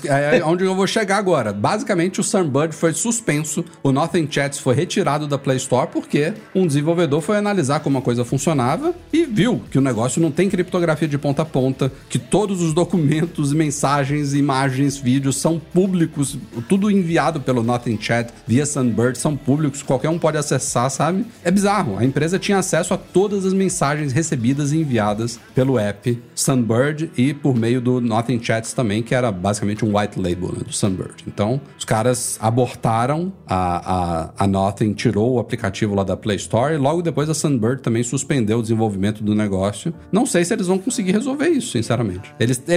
é onde eu vou chegar agora. Basicamente, o Sunbird foi suspenso, o Nothing Chats foi retirado da Play Store porque um desenvolvedor foi analisar como a coisa funcionava e viu que o negócio não tem criptografia de ponta a ponta, que todos os documentos, mensagens, imagens, vídeos são públicos, tudo enviado pelo Nothing Chat via Sunbird são públicos, qualquer um pode acessar, sabe? É bizarro, a empresa tinha acesso a todas as mensagens recebidas e enviadas pelo app Sunbird e por meio do Nothing Chats também, que era basicamente um white label, né, do Sunbird. Então, os caras abortaram a Nothing, tirou o aplicativo lá da Play Store e logo depois a Sunbird também suspendeu o desenvolvimento do negócio. Não sei se eles vão conseguir resolver isso, sinceramente.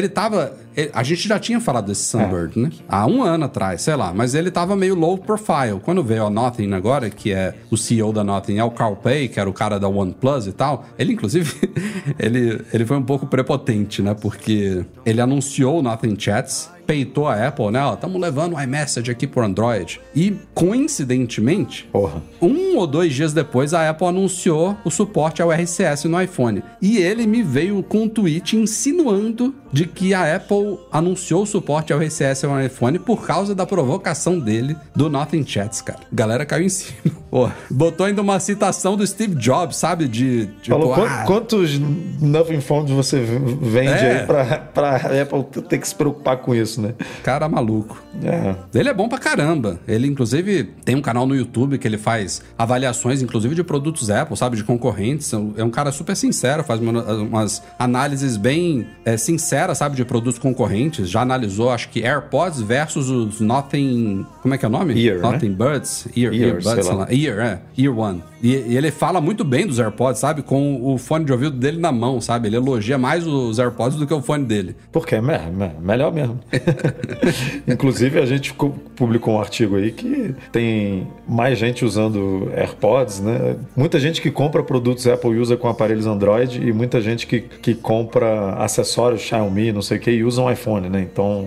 A gente já tinha falado desse Sunbird, né? Há um ano atrás, sei lá, mas ele tava meio low profile. Quando veio a Nothing agora, que é o CEO da Nothing, é o Carl Pei, que era o cara da OnePlus e tal, ele inclusive, ele foi um pouco prepotente, né? Porque ele anunciou o Nothing Chats, peitou a Apple, né? Estamos levando o iMessage aqui pro Android. E, coincidentemente, 1 ou 2 dias depois, a Apple anunciou o suporte ao RCS no iPhone. E ele me veio com um tweet insinuando de que a Apple anunciou o suporte ao RCS no iPhone por causa da provocação dele do Nothing Chats, cara. A galera caiu em cima. Botou ainda uma citação do Steve Jobs, sabe? Falou, quantos Nothing Phones você vende aí pra Apple ter que se preocupar com isso, né? Cara maluco. Ele é bom pra caramba. Ele, inclusive, tem um canal no YouTube que ele faz avaliações, inclusive, de produtos Apple, sabe? De concorrentes. É um cara super sincero, faz umas análises bem sinceras, sabe? De produtos concorrentes. Já analisou, acho que AirPods versus os Nothing... Como é que é o nome? Ear, Nothing né? Buds? Earbuds, sei lá. Ear One. E ele fala muito bem dos AirPods, sabe? Com o fone de ouvido dele na mão, sabe? Ele elogia mais os AirPods do que o fone dele. Porque é melhor mesmo. Inclusive, a gente publicou um artigo aí que tem mais gente usando AirPods, né? Muita gente que compra produtos Apple e usa com aparelhos Android e muita gente que compra acessórios Xiaomi, não sei o que, e usa um iPhone, né? Então,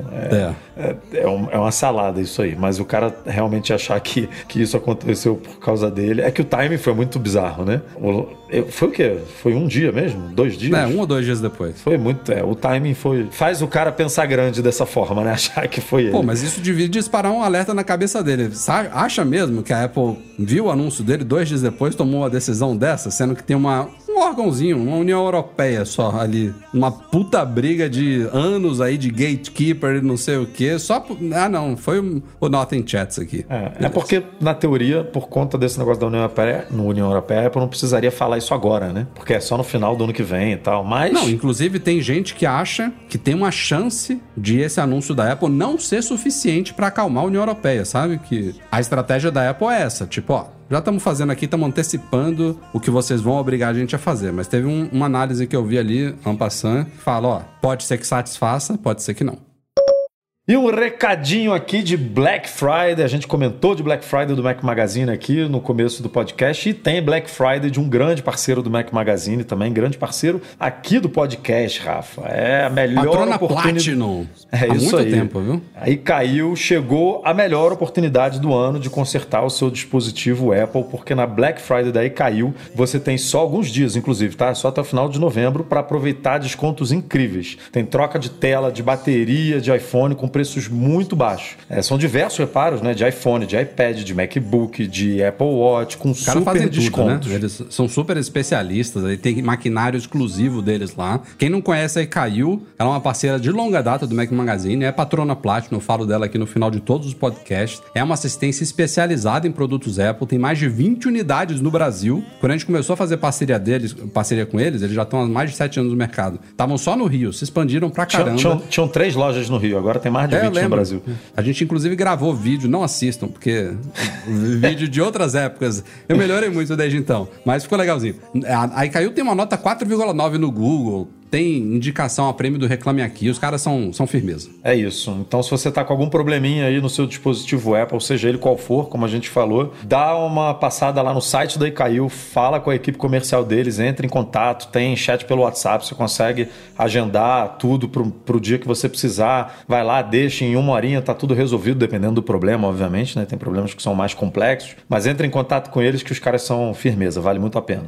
é uma salada isso aí. Mas o cara realmente achar que isso aconteceu por causa dele... É que o timing foi muito bizarro, né? Foi o quê? Foi um dia mesmo? 2 dias? 1 ou 2 dias depois. Foi muito... o timing foi... Faz o cara pensar grande dessa forma, né? Achar que foi ele. Pô, mas isso devia disparar um alerta na cabeça dele. Acha mesmo que a Apple viu o anúncio dele 2 dias depois, tomou uma decisão dessa, sendo que tem um órgãozinho, uma União Europeia só ali. Uma puta briga de anos aí de gatekeeper e não sei o quê. Só... não, foi o Nothing Chats aqui. É porque, na teoria, por conta desse negócio da União Europeia, a Apple não precisaria falar isso agora, né? Porque é só no final do ano que vem e tal, mas... Não, inclusive tem gente que acha que tem uma chance de esse anúncio da Apple não ser suficiente pra acalmar a União Europeia, sabe? Que a estratégia da Apple é essa, tipo, ó, já estamos fazendo aqui, estamos antecipando o que vocês vão obrigar a gente a fazer. Mas teve uma análise que eu vi ali, en passant, que fala, ó, pode ser que satisfaça, pode ser que não. E um recadinho aqui de Black Friday. A gente comentou de Black Friday do Mac Magazine aqui no começo do podcast. E tem Black Friday de um grande parceiro do Mac Magazine também, grande parceiro aqui do podcast, Rafa. É a melhor Patrona oportunidade. Platinum. É há isso muito aí. tempo, viu? Aí chegou a melhor oportunidade do ano de consertar o seu dispositivo Apple, porque na Black Friday daí caiu. Você tem só alguns dias, inclusive, tá? Só até o final de novembro para aproveitar descontos incríveis. Tem troca de tela, de bateria, de iPhone com preços muito baixos. São diversos reparos, né? De iPhone, de iPad, de MacBook, de Apple Watch, com super descontos. Né? Eles são super especialistas, aí tem maquinário exclusivo deles lá. Quem não conhece a Caiu, ela é uma parceira de longa data do Mac Magazine, é patrona Platinum, eu falo dela aqui no final de todos os podcasts. É uma assistência especializada em produtos Apple, tem mais de 20 unidades no Brasil. Quando a gente começou a fazer parceria com eles já estão há mais de 7 anos no mercado. Estavam só no Rio, se expandiram pra caramba. Tinham 3 lojas no Rio, agora tem mais de 20 no Brasil. A gente, inclusive, gravou vídeo, não assistam, porque vídeo de outras épocas. Eu melhorei muito desde então, mas ficou legalzinho. A Caiu tem uma nota 4,9 no Google, tem indicação a prêmio do Reclame Aqui, os caras são firmeza. É isso. Então, se você tá com algum probleminha aí no seu dispositivo Apple, seja ele qual for, como a gente falou, dá uma passada lá no site da Caiu, fala com a equipe comercial deles, entre em contato, tem chat pelo WhatsApp, você consegue agendar tudo pro dia que você precisar, vai lá, deixa em 1 horinha, tá tudo resolvido, dependendo do problema, obviamente, né? Tem problemas que são mais complexos, mas entre em contato com eles que os caras são firmeza, vale muito a pena.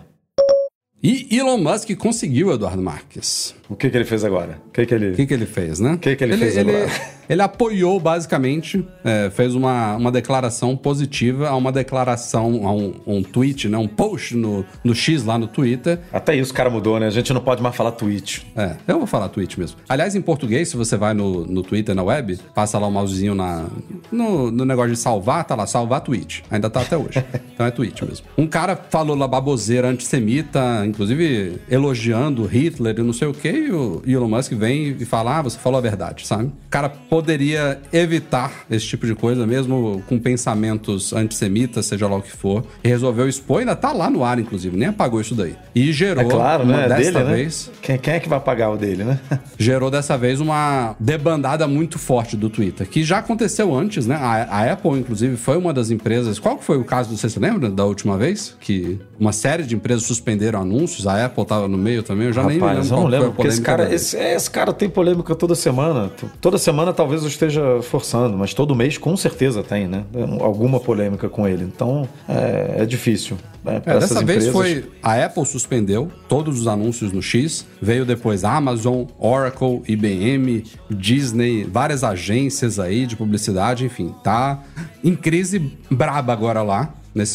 E Elon Musk conseguiu, Eduardo Marques. O que ele fez agora? O que ele fez, né? O que ele fez agora? Ele apoiou, basicamente, fez uma declaração positiva a uma declaração, a um tweet, né? Um post no X lá no Twitter. Até isso o cara mudou, né? A gente não pode mais falar tweet. Eu vou falar tweet mesmo. Aliás, em português, se você vai no Twitter, na web, passa lá o mousezinho no negócio de salvar, tá lá, salvar tweet. Ainda tá até hoje. Então é tweet mesmo. Um cara falou lá baboseira antissemita, inclusive elogiando Hitler e não sei o que, e o Elon Musk vem e fala, você falou a verdade, sabe? O cara poderia evitar esse tipo de coisa, mesmo com pensamentos antissemitas, seja lá o que for, e resolveu expor, ainda tá lá no ar, inclusive, nem apagou isso daí. E gerou, dessa vez... Né? Quem é que vai pagar o dele, né? Gerou dessa vez uma debandada muito forte do Twitter, que já aconteceu antes, né? A Apple, inclusive, foi uma das empresas... Qual que foi o caso, você se lembra, da última vez? Que uma série de empresas suspenderam anúncios, a Apple tava no meio também, eu já nem lembro. Eu não lembro, porque esse cara tem polêmica toda semana. Toda semana talvez eu esteja forçando, mas todo mês com certeza tem, né? Alguma polêmica com ele. Então, é difícil. Dessa vez foi... A Apple suspendeu todos os anúncios no X, veio depois Amazon, Oracle, IBM, Disney, várias agências aí de publicidade, enfim, tá em crise braba agora lá.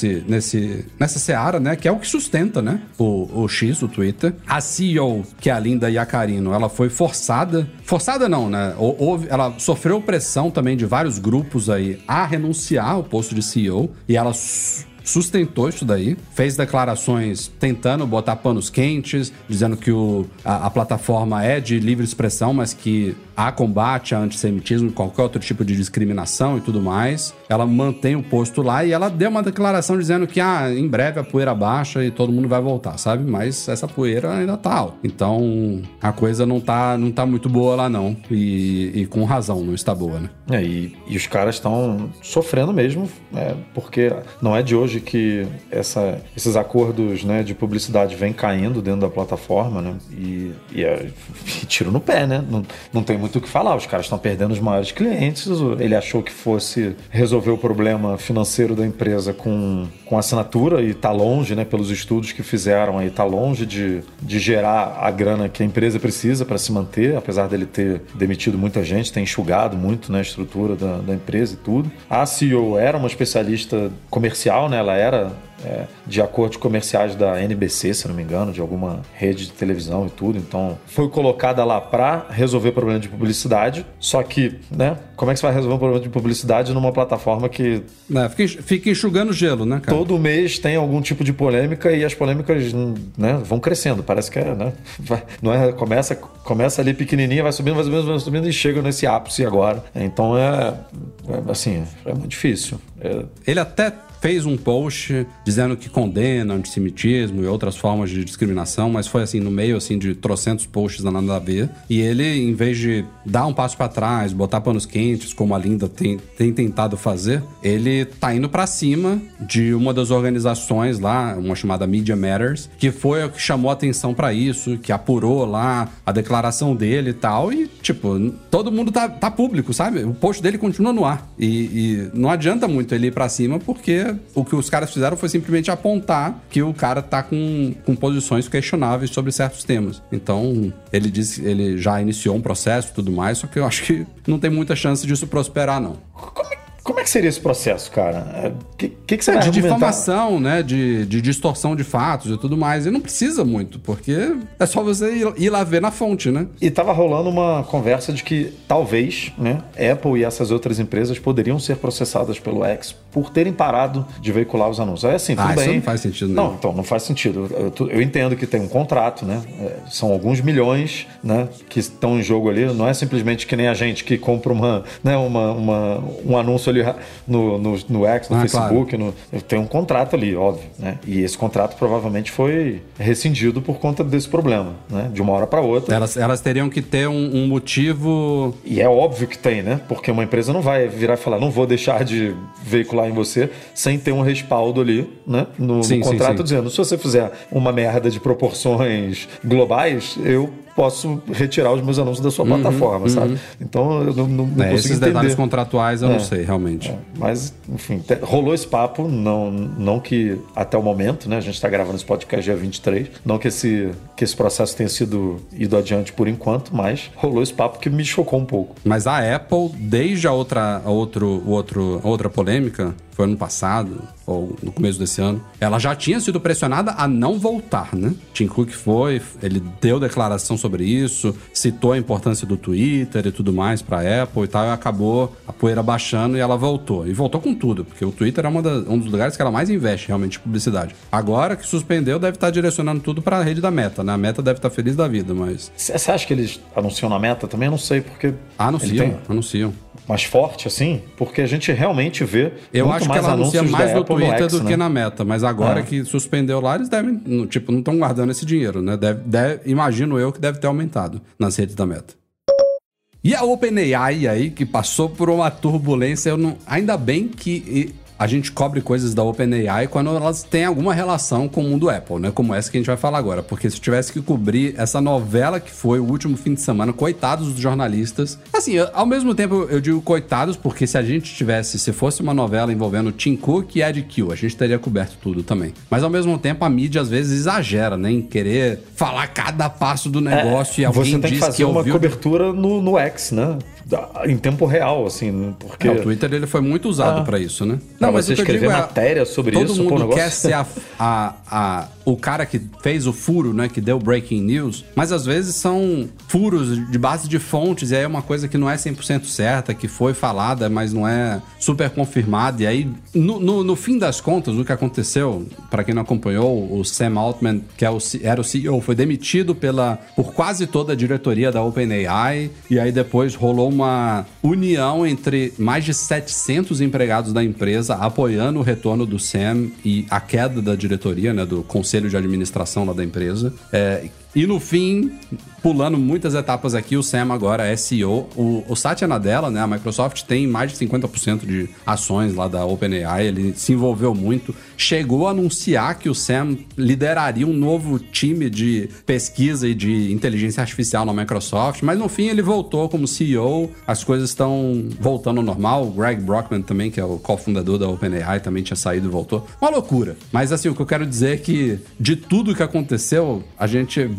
Nessa seara, né? Que é o que sustenta, né? O X, o Twitter. A CEO, que é a Linda Yaccarino, ela foi forçada... Forçada não, né? Ela sofreu pressão também de vários grupos aí a renunciar ao posto de CEO. E ela sustentou isso daí, fez declarações tentando botar panos quentes, dizendo que a plataforma é de livre expressão, mas que há combate a antissemitismo e qualquer outro tipo de discriminação e tudo mais. Ela mantém o posto lá e ela deu uma declaração dizendo que em breve a poeira baixa e todo mundo vai voltar, sabe? Mas essa poeira ainda tá alta. Então a coisa não tá muito boa lá não. E com razão não está boa, né? E os caras estão sofrendo mesmo, porque não é de hoje que esses acordos, né, de publicidade vêm caindo dentro da plataforma, né? E tiro no pé, né? Não tem muito o que falar. Os caras estão perdendo os maiores clientes. Ele achou que fosse resolver o problema financeiro da empresa com assinatura e tá longe, né? Pelos estudos que fizeram aí, tá longe de gerar a grana que a empresa precisa para se manter, apesar dele ter demitido muita gente, ter enxugado muito, né, a estrutura da empresa e tudo. A CEO era uma especialista comercial, né? Ela era de acordos comerciais da NBC, se não me engano, de alguma rede de televisão e tudo. Então, foi colocada lá para resolver problema de publicidade. Só que, né? Como é que você vai resolver um problema de publicidade numa plataforma que... Fica enxugando gelo, né, cara? Todo mês tem algum tipo de polêmica e as polêmicas, né, vão crescendo. Parece que né? Começa ali pequenininha, vai subindo e chega nesse ápice agora. Então, assim, é muito difícil. Ele até fez um post dizendo que condena antissemitismo e outras formas de discriminação, mas foi assim, no meio assim, de trocentos posts nada a ver. E ele, em vez de dar um passo para trás, botar panos quentes, como a Linda tem tentado fazer, ele tá indo para cima de uma das organizações lá, uma chamada Media Matters, que foi o que chamou a atenção para isso, que apurou lá a declaração dele e tal. E, tipo, todo mundo tá público, sabe? O post dele continua no ar. E não adianta muito ele ir pra cima, porque o que os caras fizeram foi simplesmente apontar que o cara tá com posições questionáveis sobre certos temas. Então, ele já iniciou um processo e tudo mais, só que eu acho que não tem muita chance disso prosperar, não. Como é que seria esse processo, cara? O que você vai de argumentar? difamação, né? De distorção de fatos e tudo mais. E não precisa muito, porque é só você ir lá ver na fonte, né? E tava rolando uma conversa de que talvez, né, Apple e essas outras empresas poderiam ser processadas pelo X por terem parado de veicular os anúncios. É assim, tudo bem. Isso não faz sentido, não. Então, não faz sentido. Eu entendo que tem um contrato, né? São alguns milhões, né, que estão em jogo ali. Não é simplesmente que nem a gente que compra um anúncio ali no X, no Facebook. Claro. Tem um contrato ali, óbvio, né? E esse contrato provavelmente foi rescindido por conta desse problema, né? De uma hora para outra. Elas teriam que ter um motivo... E é óbvio que tem, né? Porque uma empresa não vai virar e falar, não vou deixar de veicular em você sem ter um respaldo ali, né? No contrato dizendo, se você fizer uma merda de proporções globais, eu posso retirar os meus anúncios da sua plataforma, sabe? Então, eu não consigo esses entender. detalhes contratuais eu não sei, realmente. Mas, enfim, rolou esse papo, não que até o momento, né? A gente está gravando esse podcast dia 23, não que esse processo tenha ido adiante por enquanto, mas rolou esse papo que me chocou um pouco. Mas a Apple, desde a outra polêmica, foi ano passado, ou no começo desse ano, ela já tinha sido pressionada a não voltar, né? Tim Cook ele deu declaração sobre isso, citou a importância do Twitter e tudo mais pra Apple e tal, e acabou a poeira baixando e ela voltou. E voltou com tudo, porque o Twitter é um dos lugares que ela mais investe realmente em publicidade. Agora que suspendeu, deve estar direcionando tudo pra rede da Meta, né? A Meta deve estar feliz da vida, mas... Você acha que eles anunciam na Meta também? Eu não sei, porque... Anunciam. Mais forte, assim? Porque a gente realmente vê eu acho que ela anuncia mais no Twitter do que na Meta, mas agora que suspendeu lá, eles devem, não estão guardando esse dinheiro, né? Imagino eu que deve ter aumentado nas redes da Meta. E a OpenAI aí, que passou por uma turbulência, ainda bem que a gente cobre coisas da OpenAI quando elas têm alguma relação com o mundo Apple, né? Como essa que a gente vai falar agora. Porque se eu tivesse que cobrir essa novela que foi o último fim de semana, coitados dos jornalistas. Assim, ao mesmo tempo eu digo coitados, porque se fosse uma novela envolvendo Tim Cook e Ed Kill, a gente teria coberto tudo também. Mas ao mesmo tempo a mídia às vezes exagera, né? Em querer falar cada passo do negócio e alguém diz que você tem que fazer uma cobertura no X, né? Em tempo real, assim, porque... o Twitter ele foi muito usado pra isso, né? Não, mas você escrever matéria sobre isso... Todo mundo quer ser o cara que fez o furo, né? Que deu breaking news, mas às vezes são furos de base de fontes, e aí é uma coisa que não é 100% certa, que foi falada, mas não é super confirmada. E aí, no fim das contas, o que aconteceu, pra quem não acompanhou, o Sam Altman, que era o CEO, foi demitido por quase toda a diretoria da OpenAI, e aí depois rolou uma união entre mais de 700 empregados da empresa apoiando o retorno do Sam e a queda da diretoria, né, do conselho de administração lá da empresa. E no fim, pulando muitas etapas aqui, o Sam agora é CEO. O Satya Nadella, né, a Microsoft, tem mais de 50% de ações lá da OpenAI. Ele se envolveu muito. Chegou a anunciar que o Sam lideraria um novo time de pesquisa e de inteligência artificial na Microsoft. Mas no fim ele voltou como CEO. As coisas estão voltando ao normal. O Greg Brockman também, que é o cofundador da OpenAI, também tinha saído e voltou. Uma loucura. Mas assim, o que eu quero dizer é que de tudo que aconteceu, a gente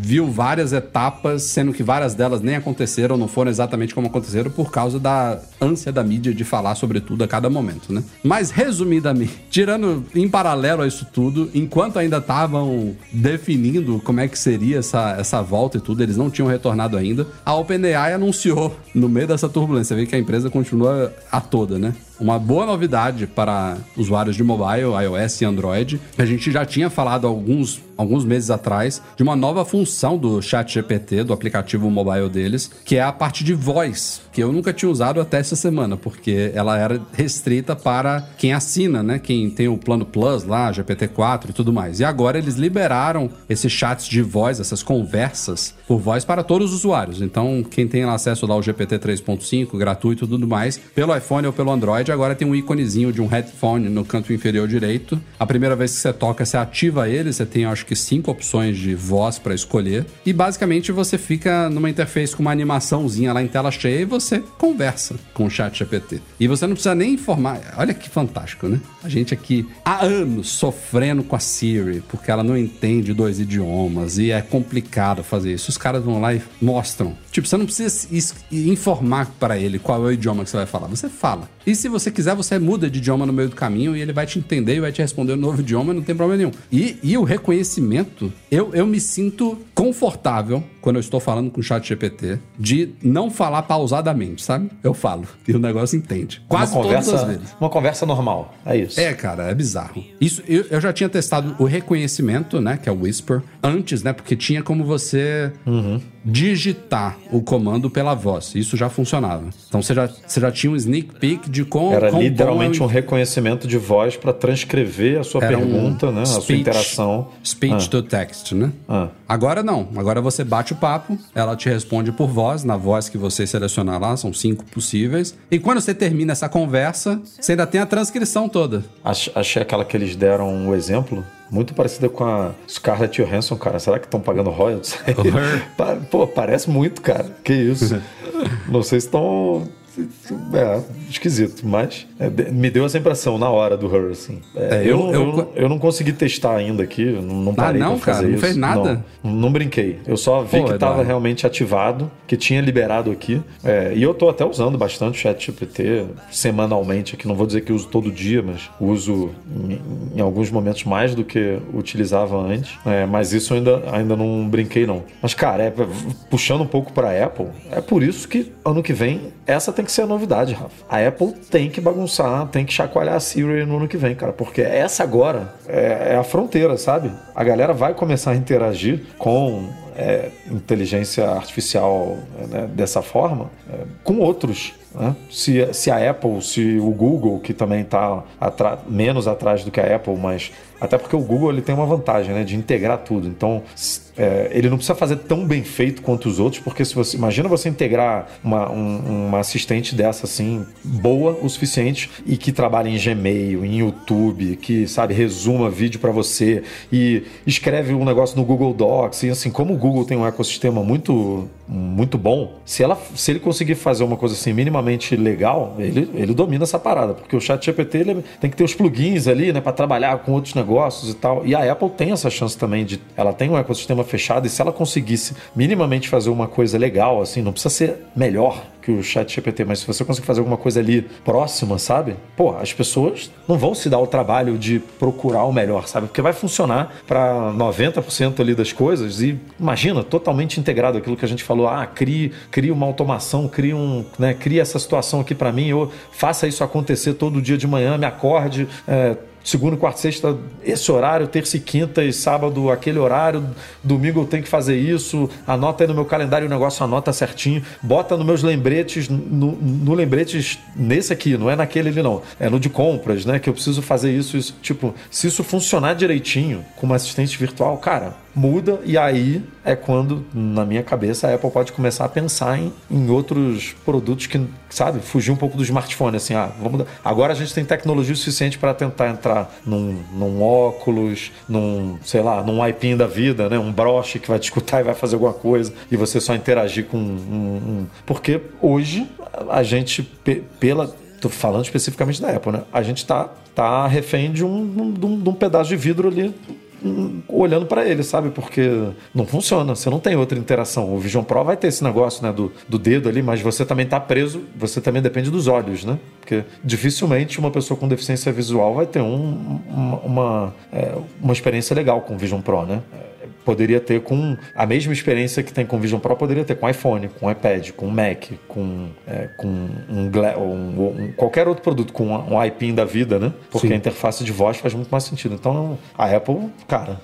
viu várias etapas, sendo que várias delas nem aconteceram, não foram exatamente como aconteceram, por causa da ânsia da mídia de falar sobre tudo a cada momento, né? Mas, resumidamente, tirando em paralelo a isso tudo, enquanto ainda estavam definindo como é que seria essa volta e tudo, eles não tinham retornado ainda, a OpenAI anunciou, no meio dessa turbulência, vê que a empresa continua a toda, né? Uma boa novidade para usuários de mobile, iOS e Android. A gente já tinha falado alguns meses atrás de uma nova função do ChatGPT, do aplicativo mobile deles, que é a parte de voz, que eu nunca tinha usado até essa semana, porque ela era restrita para quem assina, né? Quem tem o plano Plus lá, GPT-4 e tudo mais. E agora eles liberaram esses chats de voz, essas conversas por voz para todos os usuários. Então, quem tem acesso lá ao GPT 3.5, gratuito e tudo mais, pelo iPhone ou pelo Android, agora tem um íconezinho de um headphone no canto inferior direito. A primeira vez que você toca, você ativa ele, você tem acho que 5 opções de voz para escolher. E basicamente você fica numa interface com uma animaçãozinha lá em tela cheia e você conversa com o ChatGPT. E você não precisa nem informar. Olha que fantástico, né? A gente aqui há anos sofrendo com a Siri, porque ela não entende 2 idiomas e é complicado fazer isso. Os caras vão lá e mostram. Tipo, você não precisa informar para ele qual é o idioma que você vai falar. Você fala. E se você quiser, você muda de idioma no meio do caminho e ele vai te entender e vai te responder um novo idioma, não tem problema nenhum. E o reconhecimento, eu me sinto confortável quando eu estou falando com o ChatGPT de não falar pausadamente, sabe? Eu falo e o negócio entende. Quase todas as vezes. Uma conversa normal, é isso. É, cara, é bizarro. Isso, eu já tinha testado o reconhecimento, né, que é o Whisper, antes, né, porque tinha como você digitar o comando pela voz. Isso já funcionava. Então você já tinha um sneak peek de como... Era literalmente um reconhecimento de voz para transcrever a sua pergunta, né? Speech, a sua interação. Speech to text, né? Agora não. Agora você bate o papo, ela te responde por voz, na voz que você selecionar lá, são 5 possíveis. E quando você termina essa conversa, você ainda tem a transcrição toda. Achei aquela que eles deram o exemplo muito parecida com a Scarlett Johansson, cara. Será que estão pagando royalties? Pô, parece muito, cara. Que isso? Não sei se estão... esquisito, mas me deu essa impressão na hora do Her, assim. Eu não consegui testar ainda aqui, não parei pra fazer isso. Não fez nada? Não brinquei. Eu só vi que estava realmente ativado, que tinha liberado aqui. E eu tô até usando bastante o ChatGPT semanalmente aqui. Não vou dizer que uso todo dia, mas uso em alguns momentos mais do que utilizava antes. Mas isso ainda não brinquei, não. Mas, cara, puxando um pouco pra Apple, é por isso que ano que vem essa tem que ser a novidade, Rafa. A Apple tem que bagunçar, tem que chacoalhar a Siri no ano que vem, cara, porque essa agora é a fronteira, sabe? A galera vai começar a interagir com inteligência artificial, né, dessa forma, com outros. Né? Se a Apple, se o Google, que também está menos atrás do que a Apple, mas até porque o Google ele tem uma vantagem, né, de integrar tudo. Então, ele não precisa fazer tão bem feito quanto os outros, porque se você imagina você integrar uma assistente dessa assim, boa o suficiente e que trabalha em Gmail, em YouTube, que, sabe, resuma vídeo para você e escreve um negócio no Google Docs. E assim, como o Google tem um ecossistema muito, muito bom, se ele conseguir fazer uma coisa assim minimamente legal, ele domina essa parada, porque o ChatGPT ele tem que ter os plugins ali, né, para trabalhar com outros negócios e tal. E a Apple tem essa chance também ela tem um ecossistema fechado, e se ela conseguisse minimamente fazer uma coisa legal, assim, não precisa ser melhor que o ChatGPT, mas se você conseguir fazer alguma coisa ali próxima, sabe? Pô, as pessoas não vão se dar o trabalho de procurar o melhor, sabe? Porque vai funcionar para 90% ali das coisas e, imagina, totalmente integrado aquilo que a gente falou, crie uma automação, crie essa situação aqui para mim, ou faça isso acontecer todo dia de manhã, me acorde, segunda, quarta, sexta, esse horário, terça e quinta e sábado, aquele horário, domingo eu tenho que fazer isso, anota aí no meu calendário o negócio, anota certinho, bota nos meus lembretes, no lembretes nesse aqui, não é naquele ali não, é no de compras, né, que eu preciso fazer isso, tipo, se isso funcionar direitinho com uma assistente virtual, cara, muda, e aí é quando, na minha cabeça, a Apple pode começar a pensar em outros produtos que, sabe, fugir um pouco do smartphone, assim, agora a gente tem tecnologia suficiente para tentar entrar num óculos, sei lá, num iPin da vida, né, um broche que vai te escutar e vai fazer alguma coisa, e você só interagir com porque hoje a gente, tô falando especificamente da Apple, né, a gente tá refém de um pedaço de vidro ali olhando para ele, sabe? Porque não funciona, você não tem outra interação. O Vision Pro vai ter esse negócio, né, do dedo ali, mas você também tá preso, você também depende dos olhos, né? Porque dificilmente uma pessoa com deficiência visual vai ter uma experiência legal com o Vision Pro, né? Poderia ter com a mesma experiência que tem com o Vision Pro, poderia ter com iPhone, com iPad, com Mac, com qualquer outro produto, com um iPin da vida, né? Porque Sim. a interface de voz faz muito mais sentido. Então, a Apple, cara,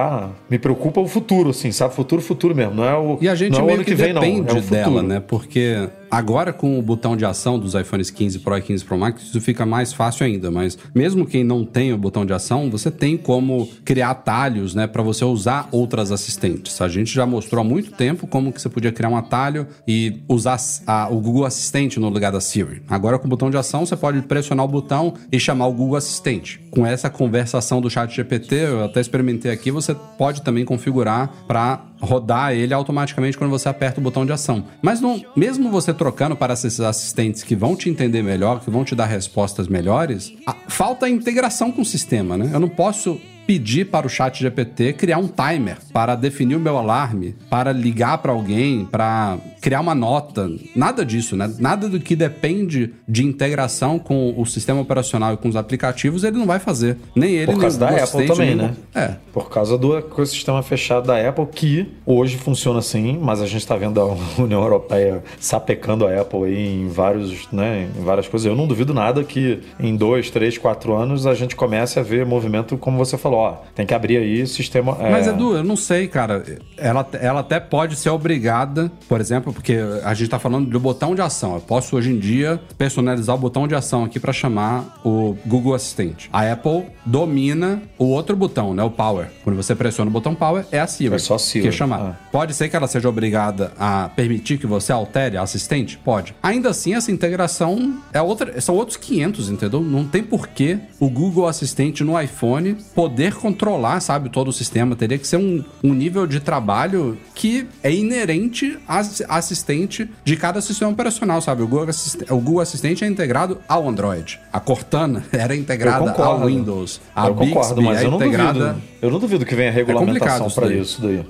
me preocupa o futuro, assim, sabe? Futuro mesmo. Não é o E a gente não é meio o ano que vem, não. depende É o dela, futuro. né? Porque agora com o botão de ação dos iPhones 15 Pro e 15 Pro Max, isso fica mais fácil ainda. Mas mesmo quem não tem o botão de ação, você tem como criar atalhos, né? Para você usar outras assistentes. A gente já mostrou há muito tempo como que você podia criar um atalho e usar o Google Assistente no lugar da Siri. Agora com o botão de ação, você pode pressionar o botão e chamar o Google Assistente. Com essa conversação do ChatGPT, eu até experimentei aqui, você pode também configurar para rodar ele automaticamente quando você aperta o botão de ação. Mas mesmo você trocando para esses assistentes que vão te entender melhor, que vão te dar respostas melhores, falta a integração com o sistema, né? Eu não posso pedir para o ChatGPT criar um timer para definir o meu alarme, para ligar para alguém, para criar uma nota. Nada disso, né? Nada do que depende de integração com o sistema operacional e com os aplicativos, ele não vai fazer. Nem ele, nem o Por causa da Apple também, né? Por causa do ecossistema fechado da Apple, que hoje funciona assim, mas a gente está vendo a União Europeia sapecando a Apple aí em várias coisas. Eu não duvido nada que em 2, 3, 4 anos a gente comece a ver movimento, como você falou, tem que abrir aí o sistema... Mas, Edu, eu não sei, cara. Ela até pode ser obrigada, por exemplo, porque a gente tá falando do botão de ação. Eu posso, hoje em dia, personalizar o botão de ação aqui para chamar o Google Assistente. A Apple domina o outro botão, né? O Power. Quando você pressiona o botão Power, é a Siri. É só a Siri. Que é chamar. Pode ser que ela seja obrigada a permitir que você altere a assistente? Pode. Ainda assim, essa integração são outros 500, entendeu? Não tem porquê o Google Assistente no iPhone poder controlar, sabe, todo o sistema. Teria que ser um nível de trabalho que é inerente à assistente de cada sistema operacional, sabe? O Google Assistente é integrado ao Android. A Cortana era integrada ao Windows. A Bixby é integrada... Eu não duvido que venha regulamentação para isso daí.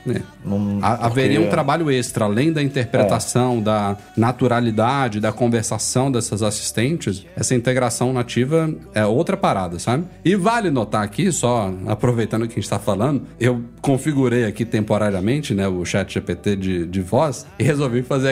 Haveria um trabalho extra, além da interpretação, da naturalidade, da conversação dessas assistentes. Essa integração nativa é outra parada, sabe? E vale notar aqui, só aproveitando que a gente está falando, eu configurei aqui temporariamente, né, o ChatGPT de voz e resolvi fazer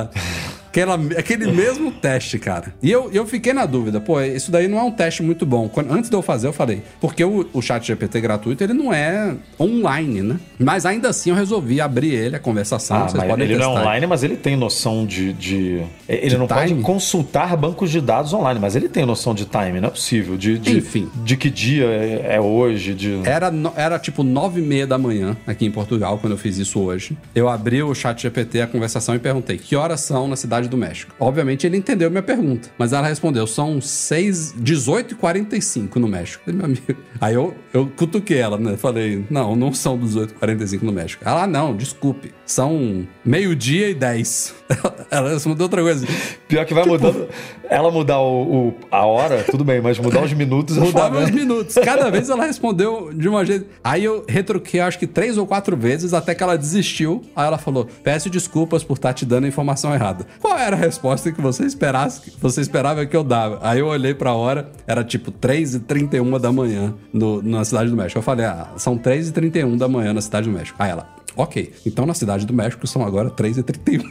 aquele mesmo teste, cara. E eu fiquei na dúvida, isso daí não é um teste muito bom. Antes de eu fazer, eu falei, porque o ChatGPT gratuito, ele não é online, né? Mas ainda assim eu resolvi abrir ele, a conversação, vocês podem ele testar. Não é online, mas ele tem noção ele não pode consultar bancos de dados online, mas ele tem noção de time, não é possível. Enfim. De que dia é hoje, Era tipo 9h30 da manhã aqui em Portugal, quando eu fiz isso hoje. Eu abri o ChatGPT, a conversação, e perguntei, que horas são na cidade do México? Obviamente ele entendeu minha pergunta, mas ela respondeu, são 18h45 no México. Meu amigo. Aí eu cutuquei ela, né? Falei, não são 18h45 no México. Ela, não, desculpe, são 12h10. Ela respondeu outra coisa. Pior que vai mudando. Ela mudar a hora, tudo bem, mas mudar os minutos é mudava os minutos. Cada vez ela respondeu de uma jeito. Aí eu retruquei, acho que 3 ou 4 vezes, até que ela desistiu. Aí ela falou, peço desculpas por estar te dando a informação errada. Qual era a resposta que você esperava que eu dava? Aí eu olhei pra hora, era tipo 3h31 da manhã na Cidade do México. Eu falei, são 3h31 da manhã na Cidade do México. Aí ela, ok, então na Cidade do México são agora 3h31.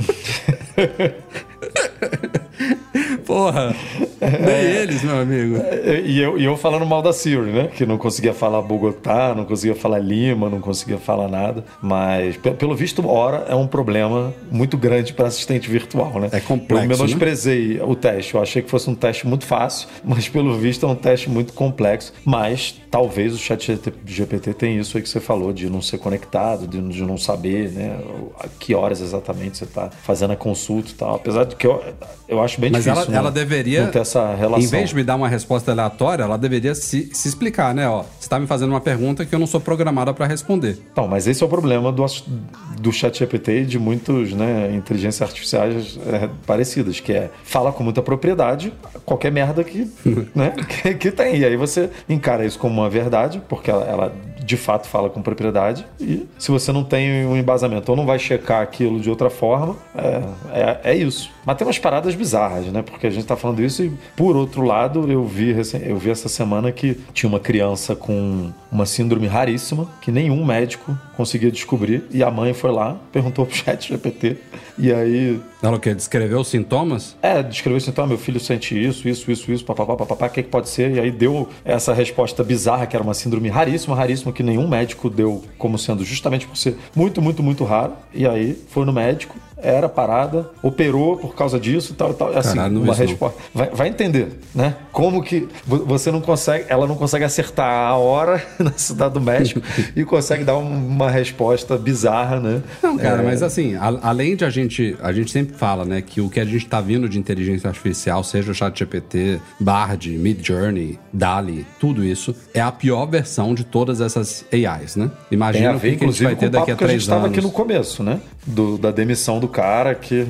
Porra, nem eles, meu amigo. E eu falando mal da Siri, né? Que não conseguia falar Bogotá, não conseguia falar Lima, não conseguia falar nada. Mas, pelo visto, hora é um problema muito grande para assistente virtual, né? É complexo, eu menosprezei o teste. Eu achei que fosse um teste muito fácil, mas pelo visto é um teste muito complexo. Mas talvez o ChatGPT tenha isso aí que você falou, de não ser conectado, de não saber, né? A que horas exatamente você está fazendo a consulta e tal. Apesar de que eu acho bem difícil. Mas ela deveria, não ter essa relação. Em vez de me dar uma resposta aleatória, ela deveria se explicar, né? Você está me fazendo uma pergunta que eu não sou programada para responder. Então, mas esse é o problema do ChatGPT e de muitos, né, inteligências artificiais parecidas, que fala com muita propriedade qualquer merda que, né, que tem. E aí você encara isso como uma verdade, porque ela de fato fala com propriedade. E se você não tem um embasamento ou não vai checar aquilo de outra forma, é isso. Mas tem umas paradas bizarras, né? Porque a gente tá falando isso e, por outro lado, eu vi essa semana que tinha uma criança com uma síndrome raríssima que nenhum médico conseguia descobrir, e a mãe foi lá, perguntou pro ChatGPT, e aí... Ela o quê? Descreveu os sintomas? Descreveu os sintomas, meu filho sente isso, papapá, o que pode ser? E aí deu essa resposta bizarra, que era uma síndrome raríssima, que nenhum médico deu como sendo justamente por ser muito, muito, muito raro. E aí foi no médico, era parada, operou por causa disso e tal. Assim, caralho, uma resposta. Vai entender, né? Como que você não consegue, ela não consegue acertar a hora na cidade do médico e consegue dar uma resposta bizarra, né? Não, cara, mas assim, além de a gente sempre fala, né, que o que a gente tá vindo de inteligência artificial, seja o ChatGPT, Bard, Midjourney, DALL-E, tudo isso, é a pior versão de todas essas AIs, né? Imagina o que a gente vai ter daqui a 3 anos. A gente estava aqui no começo, né? Da demissão do cara que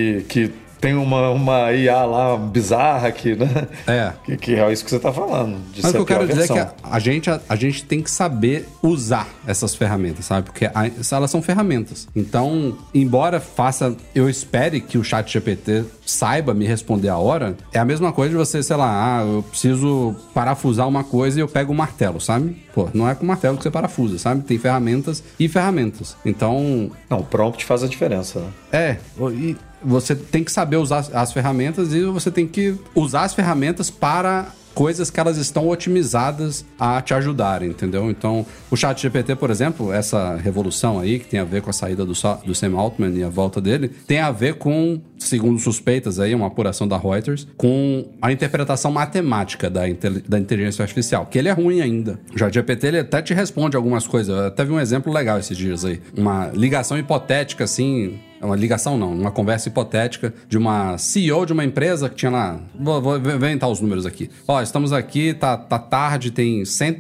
tem uma IA lá bizarra aqui, né? Que é isso que você tá falando. Mas o que eu quero dizer é que a gente tem que saber usar essas ferramentas, sabe? Porque elas são ferramentas. Então, embora eu espere que o ChatGPT saiba me responder a hora, é a mesma coisa de você, sei lá, eu preciso parafusar uma coisa e eu pego um martelo, sabe? Pô, não é com o martelo que você parafusa, sabe? Tem ferramentas e ferramentas. Então... Não, o prompt faz a diferença, né? E você tem que saber usar as ferramentas e você tem que usar as ferramentas para coisas que elas estão otimizadas a te ajudar, entendeu? Então, o ChatGPT, por exemplo, essa revolução aí, que tem a ver com a saída do Sam Altman e a volta dele, tem a ver com, segundo suspeitas aí, uma apuração da Reuters, com a interpretação matemática da inteligência artificial, que ele é ruim ainda. O ChatGPT, ele até te responde algumas coisas. Eu até vi um exemplo legal esses dias aí. Uma ligação hipotética, assim... Uma ligação não, uma conversa hipotética de uma CEO de uma empresa que tinha lá... Vou inventar os números aqui. Estamos aqui, tá tarde, tem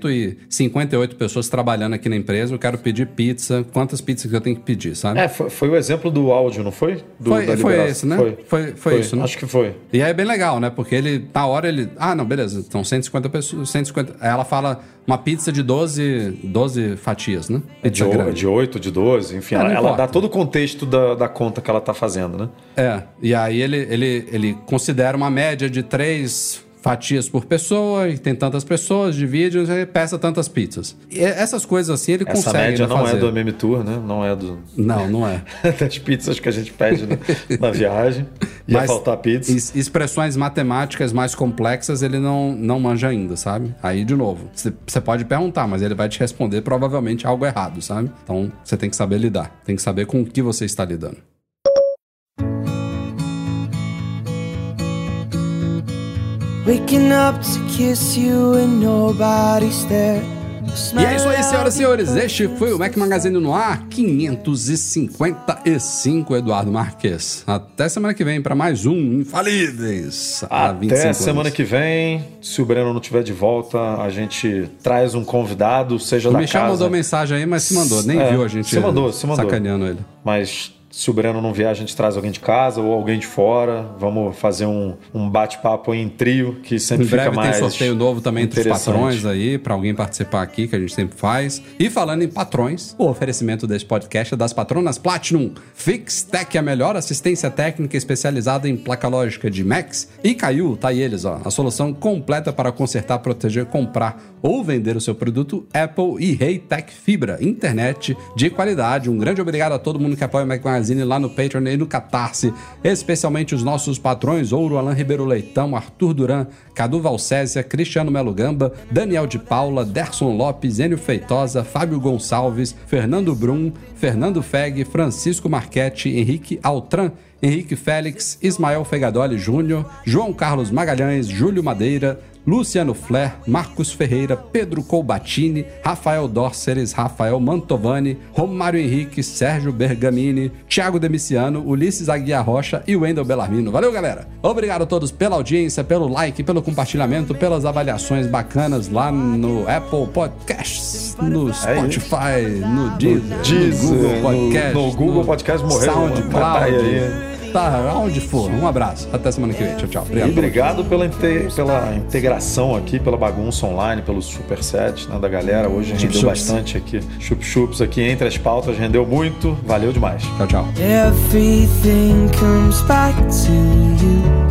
158 pessoas trabalhando aqui na empresa, eu quero pedir pizza. Quantas pizzas que eu tenho que pedir, sabe? Foi o exemplo do áudio, não foi? Foi esse, né? Foi isso, né? Acho que foi. E aí é bem legal, né? Porque na hora ele... não, beleza, então 150 pessoas, 150... Aí ela fala uma pizza de 12 fatias, né? De 8, de 12, enfim. Ela dá todo o contexto da conta que ela tá fazendo, né? E aí ele considera uma média de 3 fatias por pessoa, e tem tantas pessoas, divide e peça tantas pizzas. E essas coisas assim ele consegue fazer. Essa média não é do MM Tour, né? Não é do... Não é. Das pizzas que a gente pede na viagem. Ia faltar pizza. Expressões matemáticas mais complexas ele não manja ainda, sabe? Aí, de novo, você pode perguntar, mas ele vai te responder provavelmente algo errado, sabe? Então, você tem que saber lidar. Tem que saber com o que você está lidando. Waking up to kiss you and nobody's there. E é isso aí, senhoras e senhores. Este foi o Mac Magazine no ar 555, Eduardo Marques. Até semana que vem para mais um Infalíveis. Até semana que vem. Se o Breno não estiver de volta, a gente traz um convidado, seja da casa. O Michel mandou mensagem aí, mas se mandou. Nem viu a gente se mandou. sacaneando ele. Mas... Se o Breno não vier, a gente traz alguém de casa ou alguém de fora. Vamos fazer um bate-papo em trio, que sempre fica mais Em breve tem sorteio novo também entre os patrões aí, para alguém participar aqui, que a gente sempre faz. E falando em patrões, o oferecimento desse podcast é das patronas Platinum. FixTech, a melhor assistência técnica especializada em placa lógica de Macs. E Caiu, tá aí eles, ó. A solução completa para consertar, proteger, comprar ou vender o seu produto Apple e Reitec Fibra. Internet de qualidade. Um grande obrigado a todo mundo que apoia o Mac Magazine lá no Patreon e no Catarse, especialmente os nossos patrões Ouro, Alain Ribeiro Leitão, Arthur Duran, Cadu Valcésia, Cristiano Melo Gamba, Daniel de Paula, Derson Lopes, Enio Feitosa, Fábio Gonçalves, Fernando Brum, Fernando Feg, Francisco Marchetti, Henrique Altran, Henrique Félix, Ismael Fegadoli Júnior, João Carlos Magalhães, Júlio Madeira, Luciano Flair, Marcos Ferreira, Pedro Colbatini, Rafael Dórceres, Rafael Mantovani, Romário Henrique, Sérgio Bergamini, Thiago Demiciano, Ulisses Aguiar Rocha e Wendel Bellarmino. Valeu, galera! Obrigado a todos pela audiência, pelo like, pelo compartilhamento, pelas avaliações bacanas lá no Apple Podcasts, no Spotify, no Deezer, no Google Podcast, no Google Podcast morreu. SoundCloud. tá aonde for. Um abraço. Até semana que vem. Tchau, tchau. Obrigado pela integração aqui, pela bagunça online, pelos supersets, né, da galera. Hoje rendeu bastante aqui. Chup-chups aqui entre as pautas, rendeu muito. Valeu demais. Tchau, tchau. Everything comes back to you.